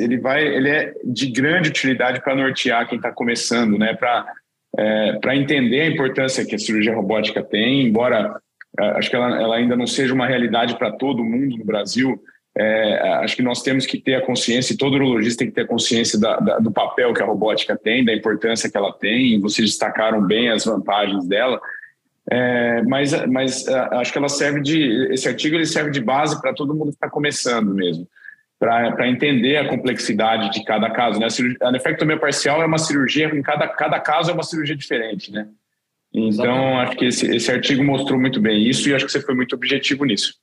é de grande utilidade para nortear quem está começando, né? Para entender a importância que a cirurgia robótica tem, embora acho que ela ainda não seja uma realidade para todo mundo no Brasil. Acho que nós temos que ter a consciência, e todo urologista tem que ter a consciência do papel que a robótica tem, da importância que ela tem, e vocês destacaram bem as vantagens dela, mas acho que esse artigo ele serve de base para todo mundo que está começando mesmo, para entender a complexidade de cada caso, né? A nefrectomia parcial é uma cirurgia, em cada caso é uma cirurgia diferente, né? Então, exatamente. Acho que esse artigo mostrou muito bem isso e acho que você foi muito objetivo nisso.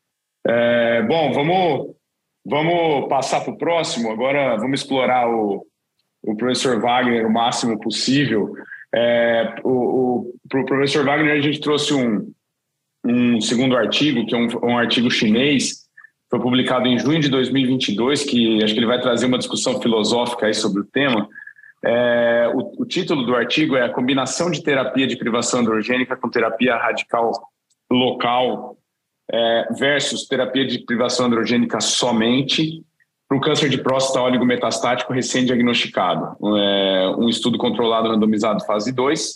Bom, vamos passar para o próximo. Agora vamos explorar o professor Wagner o máximo possível. Para o professor Wagner, a gente trouxe um segundo artigo, que é um artigo chinês, foi publicado em junho de 2022, que acho que ele vai trazer uma discussão filosófica aí sobre o tema. O título do artigo é A Combinação de Terapia de Privação Androgênica com Terapia Radical local versus terapia de privação androgênica somente para o câncer de próstata oligometastático recém-diagnosticado. Um estudo controlado randomizado fase 2.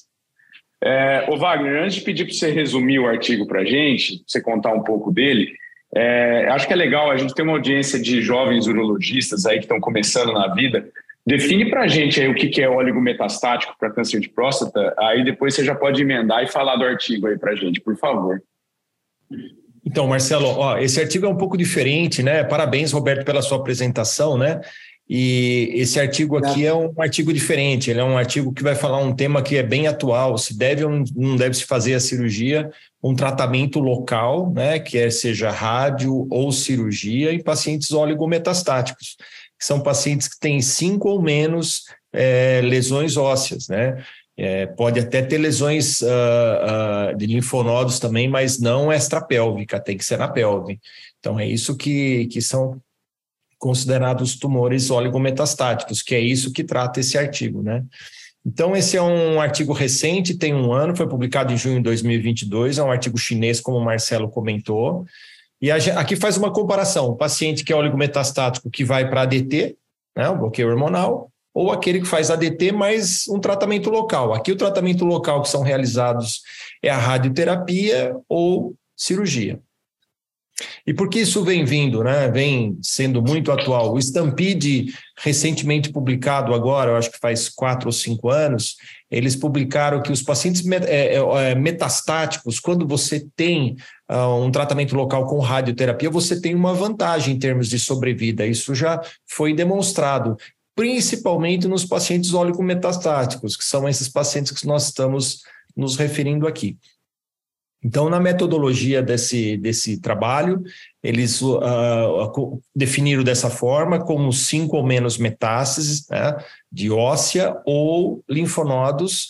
Ô Wagner, antes de pedir para você resumir o artigo para a gente, você contar um pouco dele, acho que é legal, a gente tem uma audiência de jovens urologistas aí que estão começando na vida. Define para a gente aí o que é oligometastático para câncer de próstata, aí depois você já pode emendar e falar do artigo aí para a gente, por favor. Então, Marcelo, esse artigo é um pouco diferente, né? Parabéns, Roberto, pela sua apresentação, né? E esse artigo aqui é um artigo diferente, ele é um artigo que vai falar um tema que é bem atual, se deve ou não deve se fazer a cirurgia, um tratamento local, né? Que seja rádio ou cirurgia em pacientes oligometastáticos, que são pacientes que têm 5 ou menos lesões ósseas, né? Pode até ter lesões de linfonodos também, mas não extrapélvica, tem que ser na pelve. Então, é isso que são considerados tumores oligometastáticos, que é isso que trata esse artigo, né? Então, esse é um artigo recente, tem 1 ano, foi publicado em junho de 2022, é um artigo chinês, como o Marcelo comentou, e aqui faz uma comparação, o paciente que é oligometastático que vai para ADT, né, o bloqueio hormonal, ou aquele que faz ADT mais um tratamento local. Aqui o tratamento local que são realizados é a radioterapia ou cirurgia. E por que isso vem vindo, né? Vem sendo muito atual. O Stampede, recentemente publicado agora, eu acho que faz 4 ou 5 anos, eles publicaram que os pacientes metastáticos, quando você tem um tratamento local com radioterapia, você tem uma vantagem em termos de sobrevida. Isso já foi demonstrado, principalmente nos pacientes oligometastáticos, que são esses pacientes que nós estamos nos referindo aqui. Então, na metodologia desse trabalho, eles definiram dessa forma como 5 ou menos metástases, né, de óssea ou linfonodos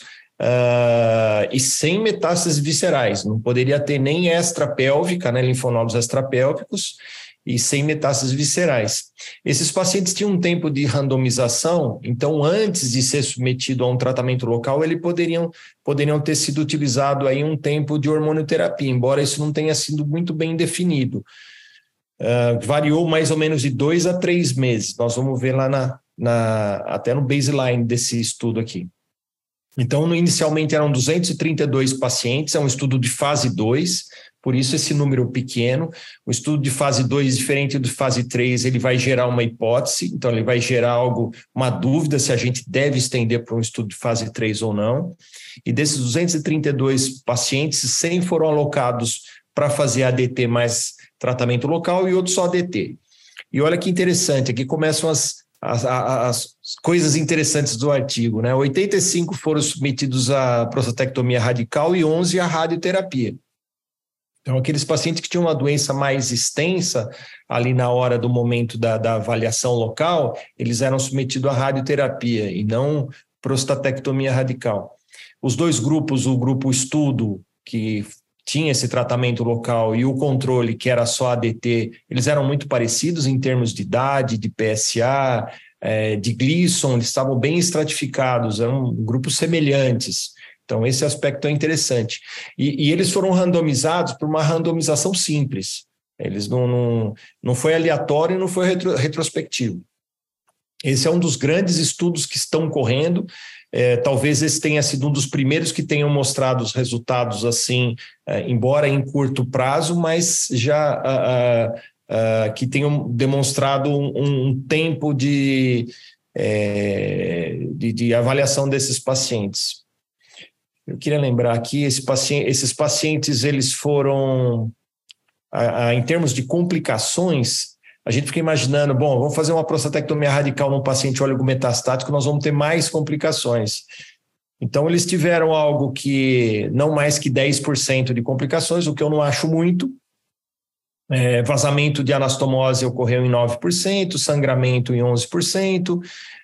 e sem metástases viscerais. Não poderia ter nem extrapélvica, né, linfonodos extrapélvicos, e sem metástases viscerais. Esses pacientes tinham um tempo de randomização, então antes de ser submetido a um tratamento local, eles poderiam ter sido utilizado aí um tempo de hormonioterapia, embora isso não tenha sido muito bem definido. Variou mais ou menos de 2 a 3 meses, nós vamos ver lá até no baseline desse estudo aqui. Então, inicialmente eram 232 pacientes, é um estudo de fase 2, por isso esse número pequeno. O estudo de fase 2, diferente do fase 3, ele vai gerar uma hipótese, então ele vai gerar uma dúvida se a gente deve estender para um estudo de fase 3 ou não. E desses 232 pacientes, 100 foram alocados para fazer ADT mais tratamento local e outros só ADT. E olha que interessante, aqui começam as coisas interessantes do artigo, né? 85 foram submetidos à prostatectomia radical e 11 à radioterapia. Então, aqueles pacientes que tinham uma doença mais extensa, ali na hora do momento da avaliação local, eles eram submetidos à radioterapia e não prostatectomia radical. Os 2 grupos, o grupo estudo, que tinha esse tratamento local, e o controle, que era só ADT, eles eram muito parecidos em termos de idade, de PSA, de Gleason, eles estavam bem estratificados, eram grupos semelhantes. Então, esse aspecto é interessante. E eles foram randomizados por uma randomização simples. Eles não foi aleatório e não foi retrospectivo. Esse é um dos grandes estudos que estão correndo. Talvez esse tenha sido um dos primeiros que tenham mostrado os resultados assim, embora em curto prazo, mas já que tenham demonstrado um tempo de avaliação desses pacientes. Eu queria lembrar aqui, esses pacientes, eles foram, em termos de complicações, a gente fica imaginando, bom, vamos fazer uma prostatectomia radical num paciente oligometastático, nós vamos ter mais complicações. Então, eles tiveram algo que não mais que 10% de complicações, o que eu não acho muito. Vazamento de anastomose ocorreu em 9%, sangramento em 11%,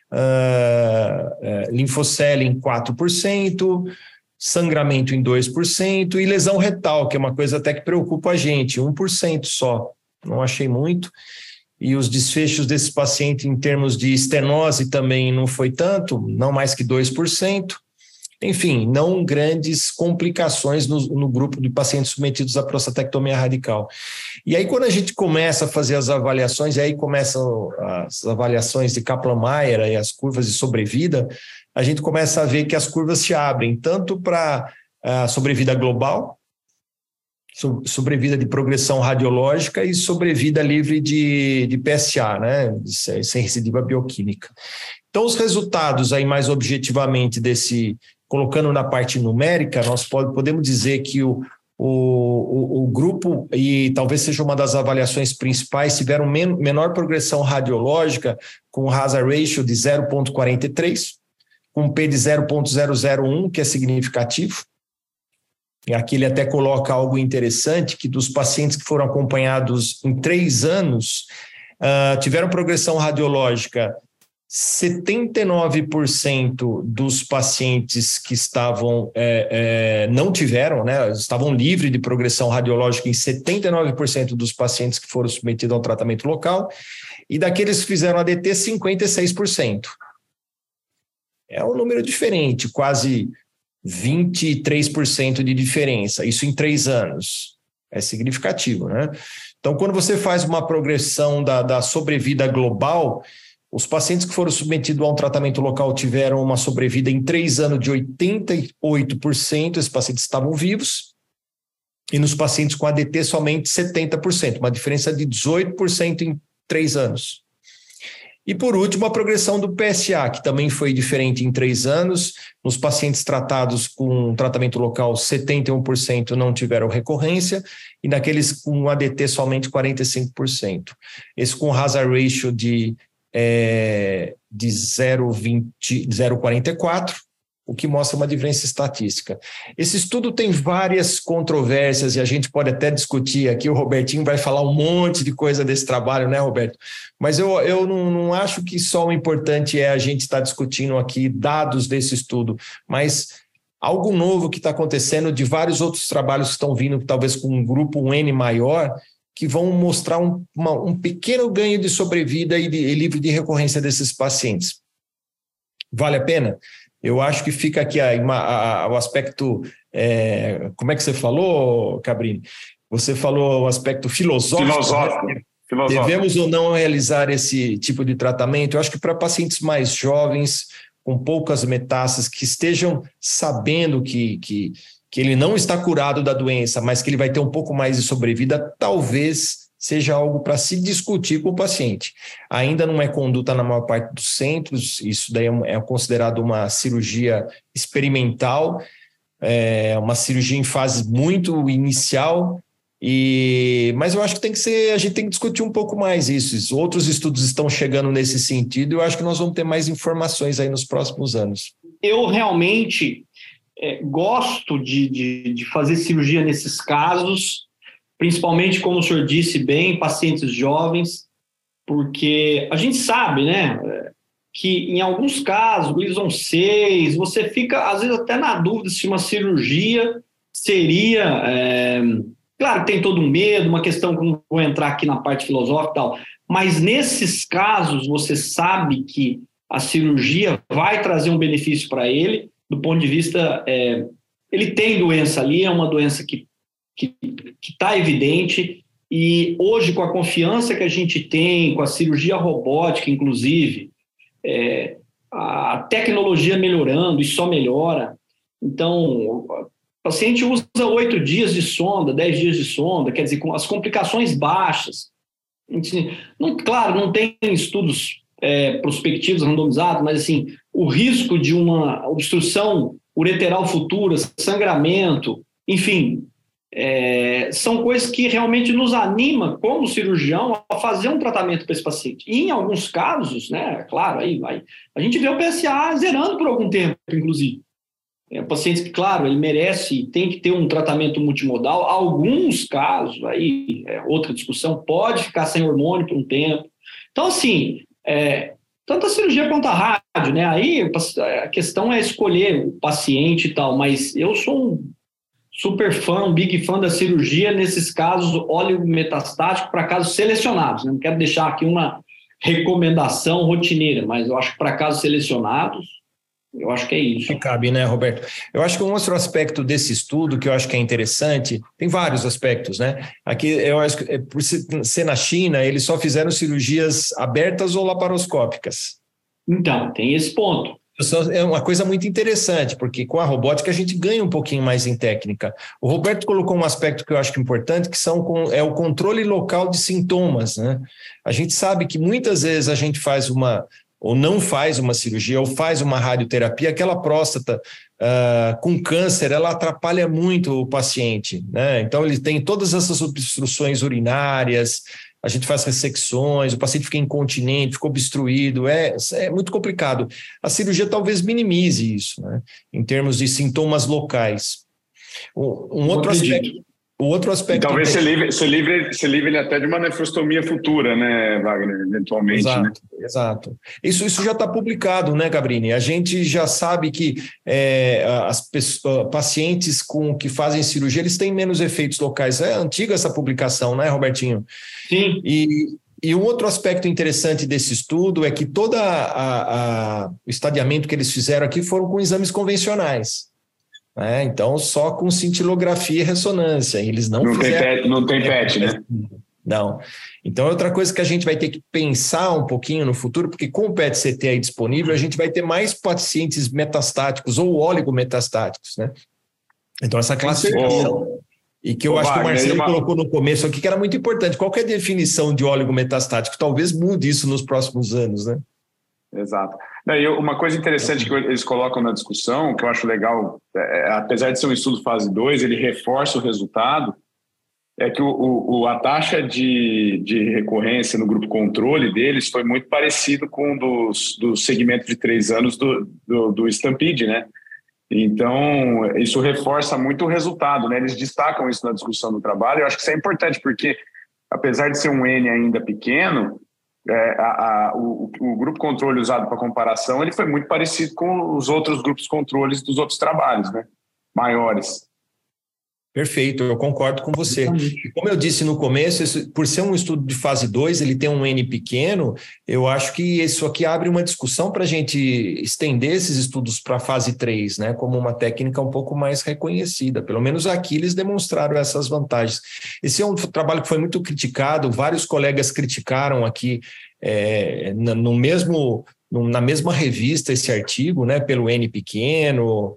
linfocele em 4%, sangramento em 2% e lesão retal, que é uma coisa até que preocupa a gente, 1% só. Não achei muito. E os desfechos desse paciente em termos de estenose também não foi tanto, não mais que 2%. enfim, não grandes complicações no grupo de pacientes submetidos à prostatectomia radical. E aí, quando a gente começa a fazer as avaliações, e aí começam as avaliações de Kaplan-Meier e as curvas de sobrevida, a gente começa a ver que as curvas se abrem tanto para a sobrevida global, sobrevida de progressão radiológica e sobrevida livre de PSA, né, sem recidiva bioquímica. Então, os resultados aí mais objetivamente colocando na parte numérica, nós podemos dizer que o grupo, e talvez seja uma das avaliações principais, tiveram menor progressão radiológica com hazard ratio de 0,43, com P de 0,001, que é significativo. E aqui ele até coloca algo interessante, que dos pacientes que foram acompanhados em 3 anos, tiveram progressão radiológica. 79% dos pacientes que estavam não tiveram, né, estavam livres de progressão radiológica em 79% dos pacientes que foram submetidos ao tratamento local, e daqueles que fizeram ADT, 56%. É um número diferente, quase 23% de diferença, isso em 3 anos. É significativo, né? Então, quando você faz uma progressão da sobrevida global, os pacientes que foram submetidos a um tratamento local tiveram uma sobrevida em 3 anos de 88%, esses pacientes estavam vivos, e nos pacientes com ADT somente 70%, uma diferença de 18% em 3 anos. E, por último, a progressão do PSA, que também foi diferente em 3 anos. Nos pacientes tratados com tratamento local, 71% não tiveram recorrência, e naqueles com ADT, somente 45%. Esse com hazard ratio de 0,44, o que mostra uma diferença estatística. Esse estudo tem várias controvérsias e a gente pode até discutir aqui, o Robertinho vai falar um monte de coisa desse trabalho, né, Roberto? Mas eu não acho que só o importante é a gente estar discutindo aqui dados desse estudo, mas algo novo que está acontecendo de vários outros trabalhos que estão vindo, talvez com um grupo, um N maior, que vão mostrar um pequeno ganho de sobrevida e livre de recorrência desses pacientes. Vale a pena? Eu acho que fica aqui o aspecto, como é que você falou, Cabrini? Você falou o aspecto filosófico. Devemos ou não realizar esse tipo de tratamento? Eu acho que para pacientes mais jovens, com poucas metástases, que estejam sabendo que ele não está curado da doença, mas que ele vai ter um pouco mais de sobrevida, talvez seja algo para se discutir com o paciente. Ainda não é conduta na maior parte dos centros, isso daí é considerado uma cirurgia experimental, uma cirurgia em fase muito inicial, mas eu acho que a gente tem que discutir um pouco mais isso. Outros estudos estão chegando nesse sentido e eu acho que nós vamos ter mais informações aí nos próximos anos. Eu realmente gosto de fazer cirurgia nesses casos, principalmente, como o senhor disse bem, pacientes jovens, porque a gente sabe, né, que em alguns casos, Gleason 6, você fica, às vezes, até na dúvida se uma cirurgia seria... Claro que tem todo um medo, uma questão que não vou entrar aqui na parte filosófica e tal, mas nesses casos você sabe que a cirurgia vai trazer um benefício para ele, do ponto de vista... ele tem doença ali, é uma doença que está evidente, e hoje, com a confiança que a gente tem, com a cirurgia robótica, inclusive, a tecnologia melhorando, e só melhora. Então, o paciente usa 8 dias de sonda, 10 dias de sonda, quer dizer, com as complicações baixas. Claro, não tem estudos prospectivos randomizados, mas assim, o risco de uma obstrução ureteral futura, sangramento, enfim... são coisas que realmente nos animam como cirurgião a fazer um tratamento para esse paciente. E em alguns casos, né, claro, aí a gente vê o PSA zerando por algum tempo, inclusive. Pacientes que, claro, ele merece e tem que ter um tratamento multimodal. Alguns casos, aí outra discussão, pode ficar sem hormônio por um tempo. Então, assim, tanto a cirurgia quanto a rádio, né, aí a questão é escolher o paciente e tal, mas eu sou um super fã, um big fã da cirurgia, nesses casos, óleo metastático para casos selecionados. Não quero deixar aqui uma recomendação rotineira, mas eu acho que para casos selecionados, Eu acho que é isso. Que cabe, né, Roberto? Eu acho que um outro aspecto desse estudo que eu acho que é interessante, tem vários aspectos, né? Aqui eu acho que por ser na China, eles só fizeram cirurgias abertas ou laparoscópicas. Então, tem esse ponto. É uma coisa muito interessante, porque com a robótica a gente ganha um pouquinho mais em técnica. O Roberto colocou um aspecto que eu acho que é importante, que é o controle local de sintomas, né? A gente sabe que muitas vezes a gente faz ou não faz uma cirurgia, ou faz uma radioterapia, aquela próstata com câncer, ela atrapalha muito o paciente, né? Então ele tem todas essas obstruções urinárias, a gente faz ressecções, o paciente fica incontinente, fica obstruído, é muito complicado. A cirurgia talvez minimize isso, né, em termos de sintomas locais. O outro aspecto... E talvez você livre ele até de uma nefrostomia futura, né, Wagner, eventualmente. Exato, né? Exato. Isso já está publicado, né, Cabrini? A gente já sabe que pacientes que fazem cirurgia, eles têm menos efeitos locais. É antiga essa publicação, né, Robertinho? Sim. E um outro aspecto interessante desse estudo é que todo o estadiamento que eles fizeram aqui foram com exames convencionais. Então, só com cintilografia e ressonância. Eles não fizeram... Não tem PET, né? Não. Então, é outra coisa que a gente vai ter que pensar um pouquinho no futuro, porque com o PET-CT aí disponível, a gente vai ter mais pacientes metastáticos ou oligometastáticos, né? Então, essa classificação... E que eu acho que o Marcelo colocou no começo aqui, que era muito importante. Qual que é a definição de oligometastático? Talvez mude isso nos próximos anos, né? Exato. Uma coisa interessante que eles colocam na discussão, que eu acho legal, apesar de ser um estudo fase 2, ele reforça o resultado, é que a taxa de recorrência no grupo controle deles foi muito parecido com do segmento de 3 anos do Stampede, né? Então, isso reforça muito o resultado, né? Eles destacam isso na discussão do trabalho. Eu acho que isso é importante, porque apesar de ser um N ainda pequeno, o grupo controle usado para comparação ele foi muito parecido com os outros grupos controles dos outros trabalhos, né? Maiores. Perfeito, eu concordo com você. E como eu disse no começo, por ser um estudo de fase 2, ele tem um N pequeno, eu acho que isso aqui abre uma discussão para a gente estender esses estudos para a fase 3, né, como uma técnica um pouco mais reconhecida. Pelo menos aqui eles demonstraram essas vantagens. Esse é um trabalho que foi muito criticado, vários colegas criticaram aqui na mesma revista esse artigo, né, pelo N pequeno.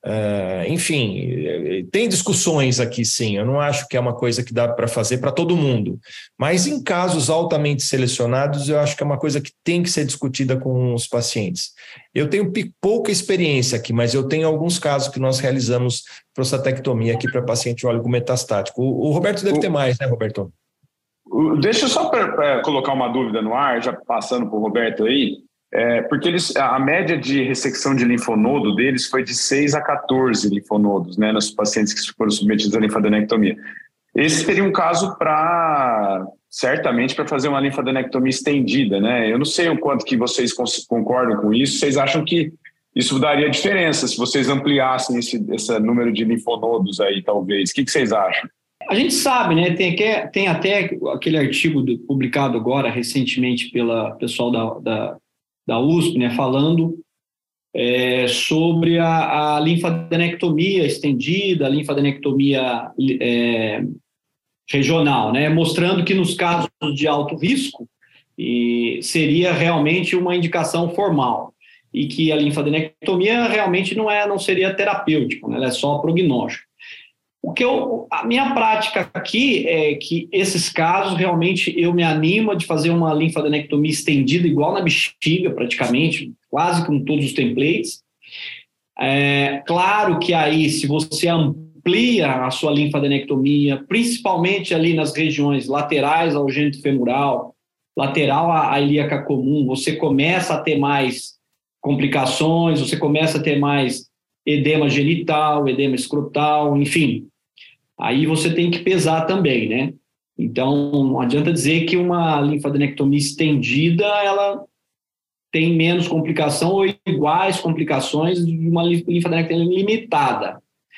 Enfim, tem discussões aqui, sim. Eu não acho que é uma coisa que dá para fazer para todo mundo, mas em casos altamente selecionados, eu acho que é uma coisa que tem que ser discutida com os pacientes. Eu tenho pouca experiência aqui, mas eu tenho alguns casos que nós realizamos prostatectomia aqui para paciente oligometastático. O Roberto deve ter mais, né, Roberto? Deixa eu só colocar uma dúvida no ar, já passando para o Roberto aí. Porque a média de ressecção de linfonodo deles foi de 6 a 14 linfonodos, né, nos pacientes que foram submetidos à linfadenectomia. Esse seria um caso certamente para fazer uma linfadenectomia estendida, né? Eu não sei o quanto que vocês concordam com isso. Vocês acham que isso daria diferença se vocês ampliassem esse número de linfonodos aí, talvez? O que vocês acham? A gente sabe, né? Tem até aquele artigo publicado agora recentemente pelo pessoal da USP, né, falando sobre a linfadenectomia estendida, a linfadenectomia regional, né, mostrando que nos casos de alto risco seria realmente uma indicação formal e que a linfadenectomia realmente não seria terapêutica, né, ela é só prognóstico. A minha prática aqui é que esses casos realmente eu me animo de fazer uma linfadenectomia estendida igual na bexiga praticamente, quase com todos os templates. Claro que aí se você amplia a sua linfadenectomia, principalmente ali nas regiões laterais ao gênito femoral, lateral à ilíaca comum, você começa a ter mais complicações, você começa a ter mais edema genital, edema escrotal, enfim. Aí você tem que pesar também, né? Então, não adianta dizer que uma linfadenectomia estendida, ela tem menos complicação ou iguais complicações de uma linfadenectomia limitada.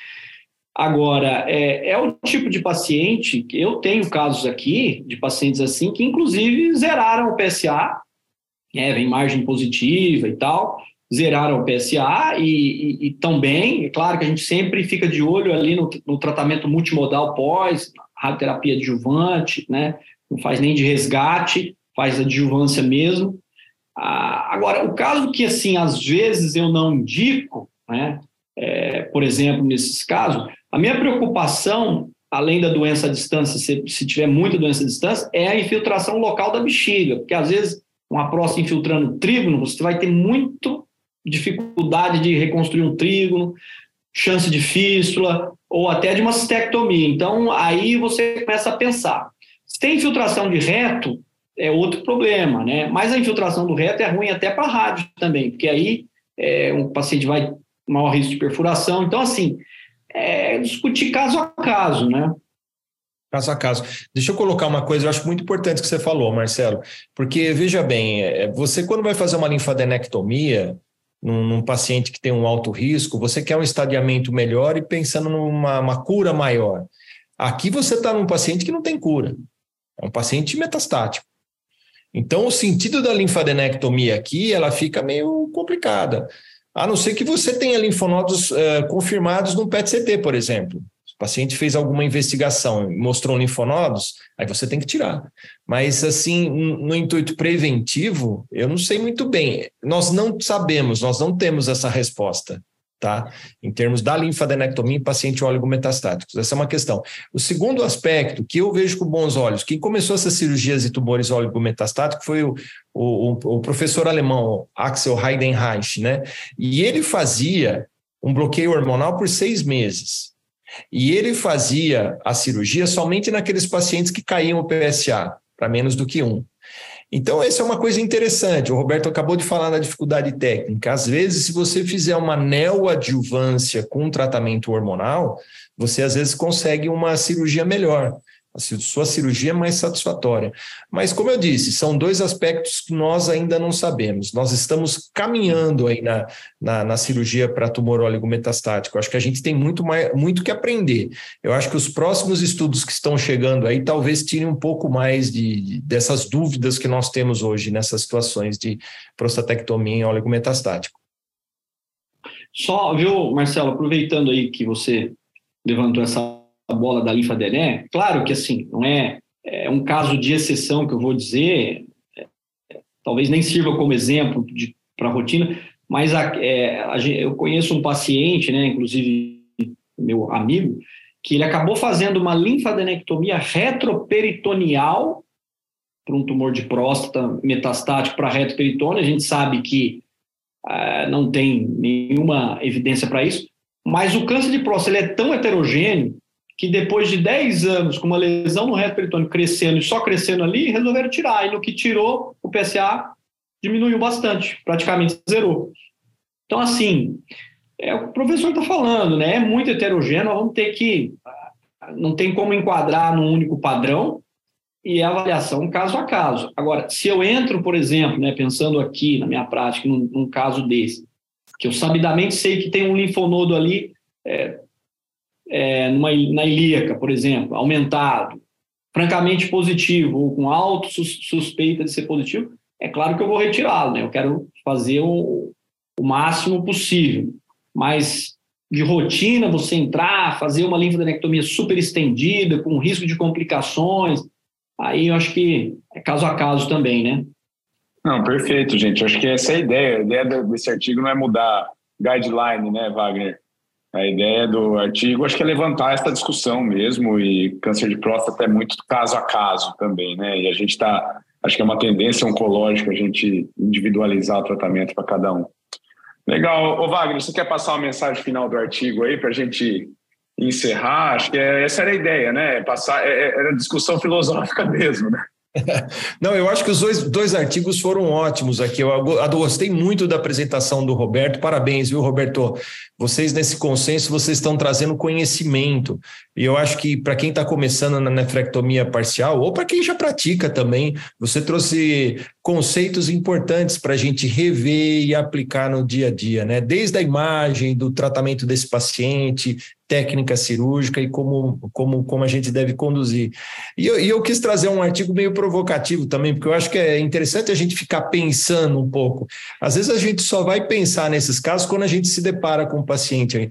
Agora, é o tipo de paciente, que eu tenho casos aqui de pacientes assim, que inclusive zeraram o PSA, vem margem positiva e tal, zeraram o PSA e estão bem. É claro que a gente sempre fica de olho ali no tratamento multimodal pós, radioterapia adjuvante, né? Não faz nem de resgate, faz adjuvância mesmo. Agora, o caso que, assim, às vezes eu não indico, né? Por exemplo, nesses casos, a minha preocupação, além da doença à distância, se tiver muita doença à distância, é a infiltração local da bexiga, porque às vezes uma próstata infiltrando trígono, você vai ter muita dificuldade de reconstruir um trígono, chance de fístula ou até de uma cistectomia. Então, aí você começa a pensar. Se tem infiltração de reto, é outro problema, né? Mas a infiltração do reto é ruim até para a rádio também, porque aí um paciente vai maior risco de perfuração. Então, assim, discutir caso a caso, né? Caso a caso. Deixa eu colocar uma coisa, eu acho muito importante que você falou, Marcelo, porque, veja bem, você quando vai fazer uma linfadenectomia num paciente que tem um alto risco, você quer um estadiamento melhor e pensando numa cura maior. Aqui você está num paciente que não tem cura, é um paciente metastático. Então, o sentido da linfadenectomia aqui, ela fica meio complicada, a não ser que você tenha linfonodos confirmados no PET-CT, por exemplo. O paciente fez alguma investigação e mostrou linfonodos, aí você tem que tirar. Mas, assim, no intuito preventivo, eu não sei muito bem. Nós não sabemos, nós não temos essa resposta, tá? Em termos da linfadenectomia em paciente oligometastáticos. Essa é uma questão. O segundo aspecto, que eu vejo com bons olhos, quem começou essas cirurgias de tumores oligometastáticos foi o professor alemão Axel Heidenreich, né? E ele fazia um bloqueio hormonal por 6 meses. E ele fazia a cirurgia somente naqueles pacientes que caíam o PSA, para menos do que 1. Então, essa é uma coisa interessante. O Roberto acabou de falar da dificuldade técnica. Às vezes, se você fizer uma neoadjuvância com tratamento hormonal, você às vezes consegue uma cirurgia melhor. A sua cirurgia é mais satisfatória. Mas, como eu disse, são 2 aspectos que nós ainda não sabemos. Nós estamos caminhando aí na cirurgia para tumor oligometastático. Acho que a gente tem muito que aprender. Eu acho que os próximos estudos que estão chegando aí talvez tirem um pouco mais dessas dúvidas que nós temos hoje nessas situações de prostatectomia em oligometastático. Só, viu, Marcelo, aproveitando aí que você levantou essa bola da linfadené, claro que assim, não é um caso de exceção que eu vou dizer, talvez nem sirva como exemplo para a rotina, mas eu conheço um paciente, né, inclusive meu amigo, que ele acabou fazendo uma linfadenectomia retroperitoneal para um tumor de próstata metastático para retroperitônio. A gente sabe que não tem nenhuma evidência para isso, mas o câncer de próstata ele é tão heterogêneo que depois de 10 anos com uma lesão no reto peritônio crescendo e só crescendo ali, resolveram tirar. E no que tirou, o PSA diminuiu bastante, praticamente zerou. Então, assim, o professor está falando, né? É muito heterogêneo, nós vamos ter que... Não tem como enquadrar num único padrão e a avaliação caso a caso. Agora, se eu entro, por exemplo, né, pensando aqui na minha prática, num caso desse, que eu sabidamente sei que tem um linfonodo ali... na ilíaca, por exemplo, aumentado, francamente positivo ou com alta suspeita de ser positivo, é claro que eu vou retirá-lo, né? Eu quero fazer o máximo possível, mas de rotina você entrar, fazer uma linfadenectomia super estendida, com risco de complicações, aí eu acho que é caso a caso também, né? Não, perfeito, gente. Eu acho que essa é a ideia. A ideia desse artigo não é mudar guideline, né, Wagner? A ideia do artigo, acho que é levantar essa discussão mesmo, e câncer de próstata é muito caso a caso também, né? E a gente acho que é uma tendência oncológica a gente individualizar o tratamento para cada um. Legal. Ô Wagner, você quer passar uma mensagem final do artigo aí para a gente encerrar? Acho que essa era a ideia, né? Era discussão filosófica mesmo, né? Não, eu acho que os dois artigos foram ótimos aqui. Eu gostei muito da apresentação do Roberto. Parabéns, viu, Roberto? Vocês, nesse consenso, vocês estão trazendo conhecimento. E eu acho que para quem está começando na nefrectomia parcial, ou para quem já pratica também, você trouxe conceitos importantes para a gente rever e aplicar no dia a dia, né? Desde a imagem, do tratamento desse paciente, técnica cirúrgica e como a gente deve conduzir. E eu quis trazer um artigo meio provocativo também, porque eu acho que é interessante a gente ficar pensando um pouco. Às vezes a gente só vai pensar nesses casos quando a gente se depara com o paciente.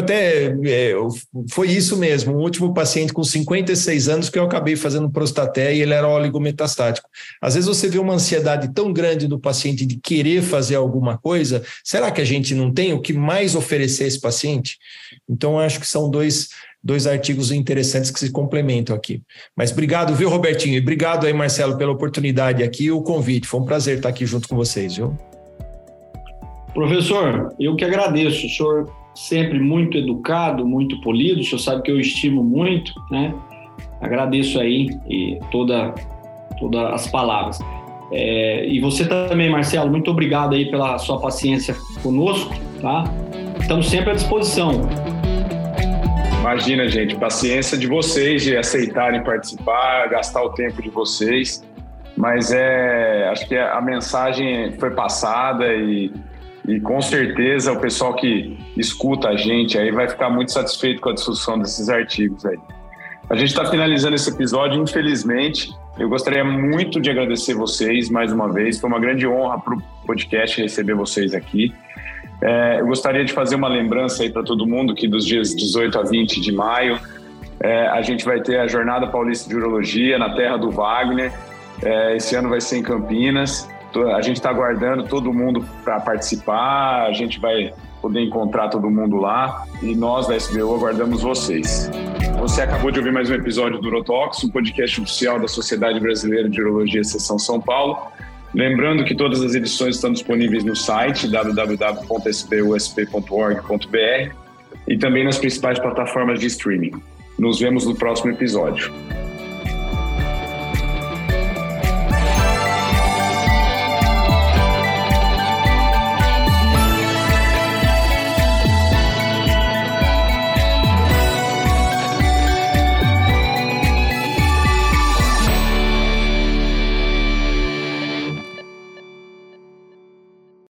Foi isso mesmo, o último paciente com 56 anos que eu acabei fazendo prostaté e ele era oligometastático. Às vezes você vê uma ansiedade tão grande do paciente de querer fazer alguma coisa, será que a gente não tem o que mais oferecer a esse paciente? Então, eu acho que são dois artigos interessantes que se complementam aqui. Mas obrigado, viu, Robertinho? E obrigado aí, Marcelo, pela oportunidade aqui e o convite. Foi um prazer estar aqui junto com vocês, viu? Professor, eu que agradeço. O senhor sempre muito educado, muito polido. O senhor sabe que eu estimo muito, né? Agradeço aí todas as palavras. E você também, Marcelo, muito obrigado aí pela sua paciência conosco, tá? Estamos sempre à disposição. Imagina, gente, paciência de vocês de aceitarem participar, gastar o tempo de vocês, mas acho que a mensagem foi passada e com certeza o pessoal que escuta a gente aí vai ficar muito satisfeito com a discussão desses artigos aí. A gente está finalizando esse episódio, infelizmente. Eu gostaria muito de agradecer vocês mais uma vez, foi uma grande honra para o podcast receber vocês aqui. Eu gostaria de fazer uma lembrança aí para todo mundo que dos dias 18 a 20 de maio a gente vai ter a Jornada Paulista de Urologia na terra do Wagner. Esse ano vai ser em Campinas. A gente está aguardando todo mundo para participar, a gente vai poder encontrar todo mundo lá e nós da SBU aguardamos vocês. Você acabou de ouvir mais um episódio do Urotalks, um podcast oficial da Sociedade Brasileira de Urologia Seção São Paulo. Lembrando que todas as edições estão disponíveis no site www.sbusp.org.br e também nas principais plataformas de streaming. Nos vemos no próximo episódio.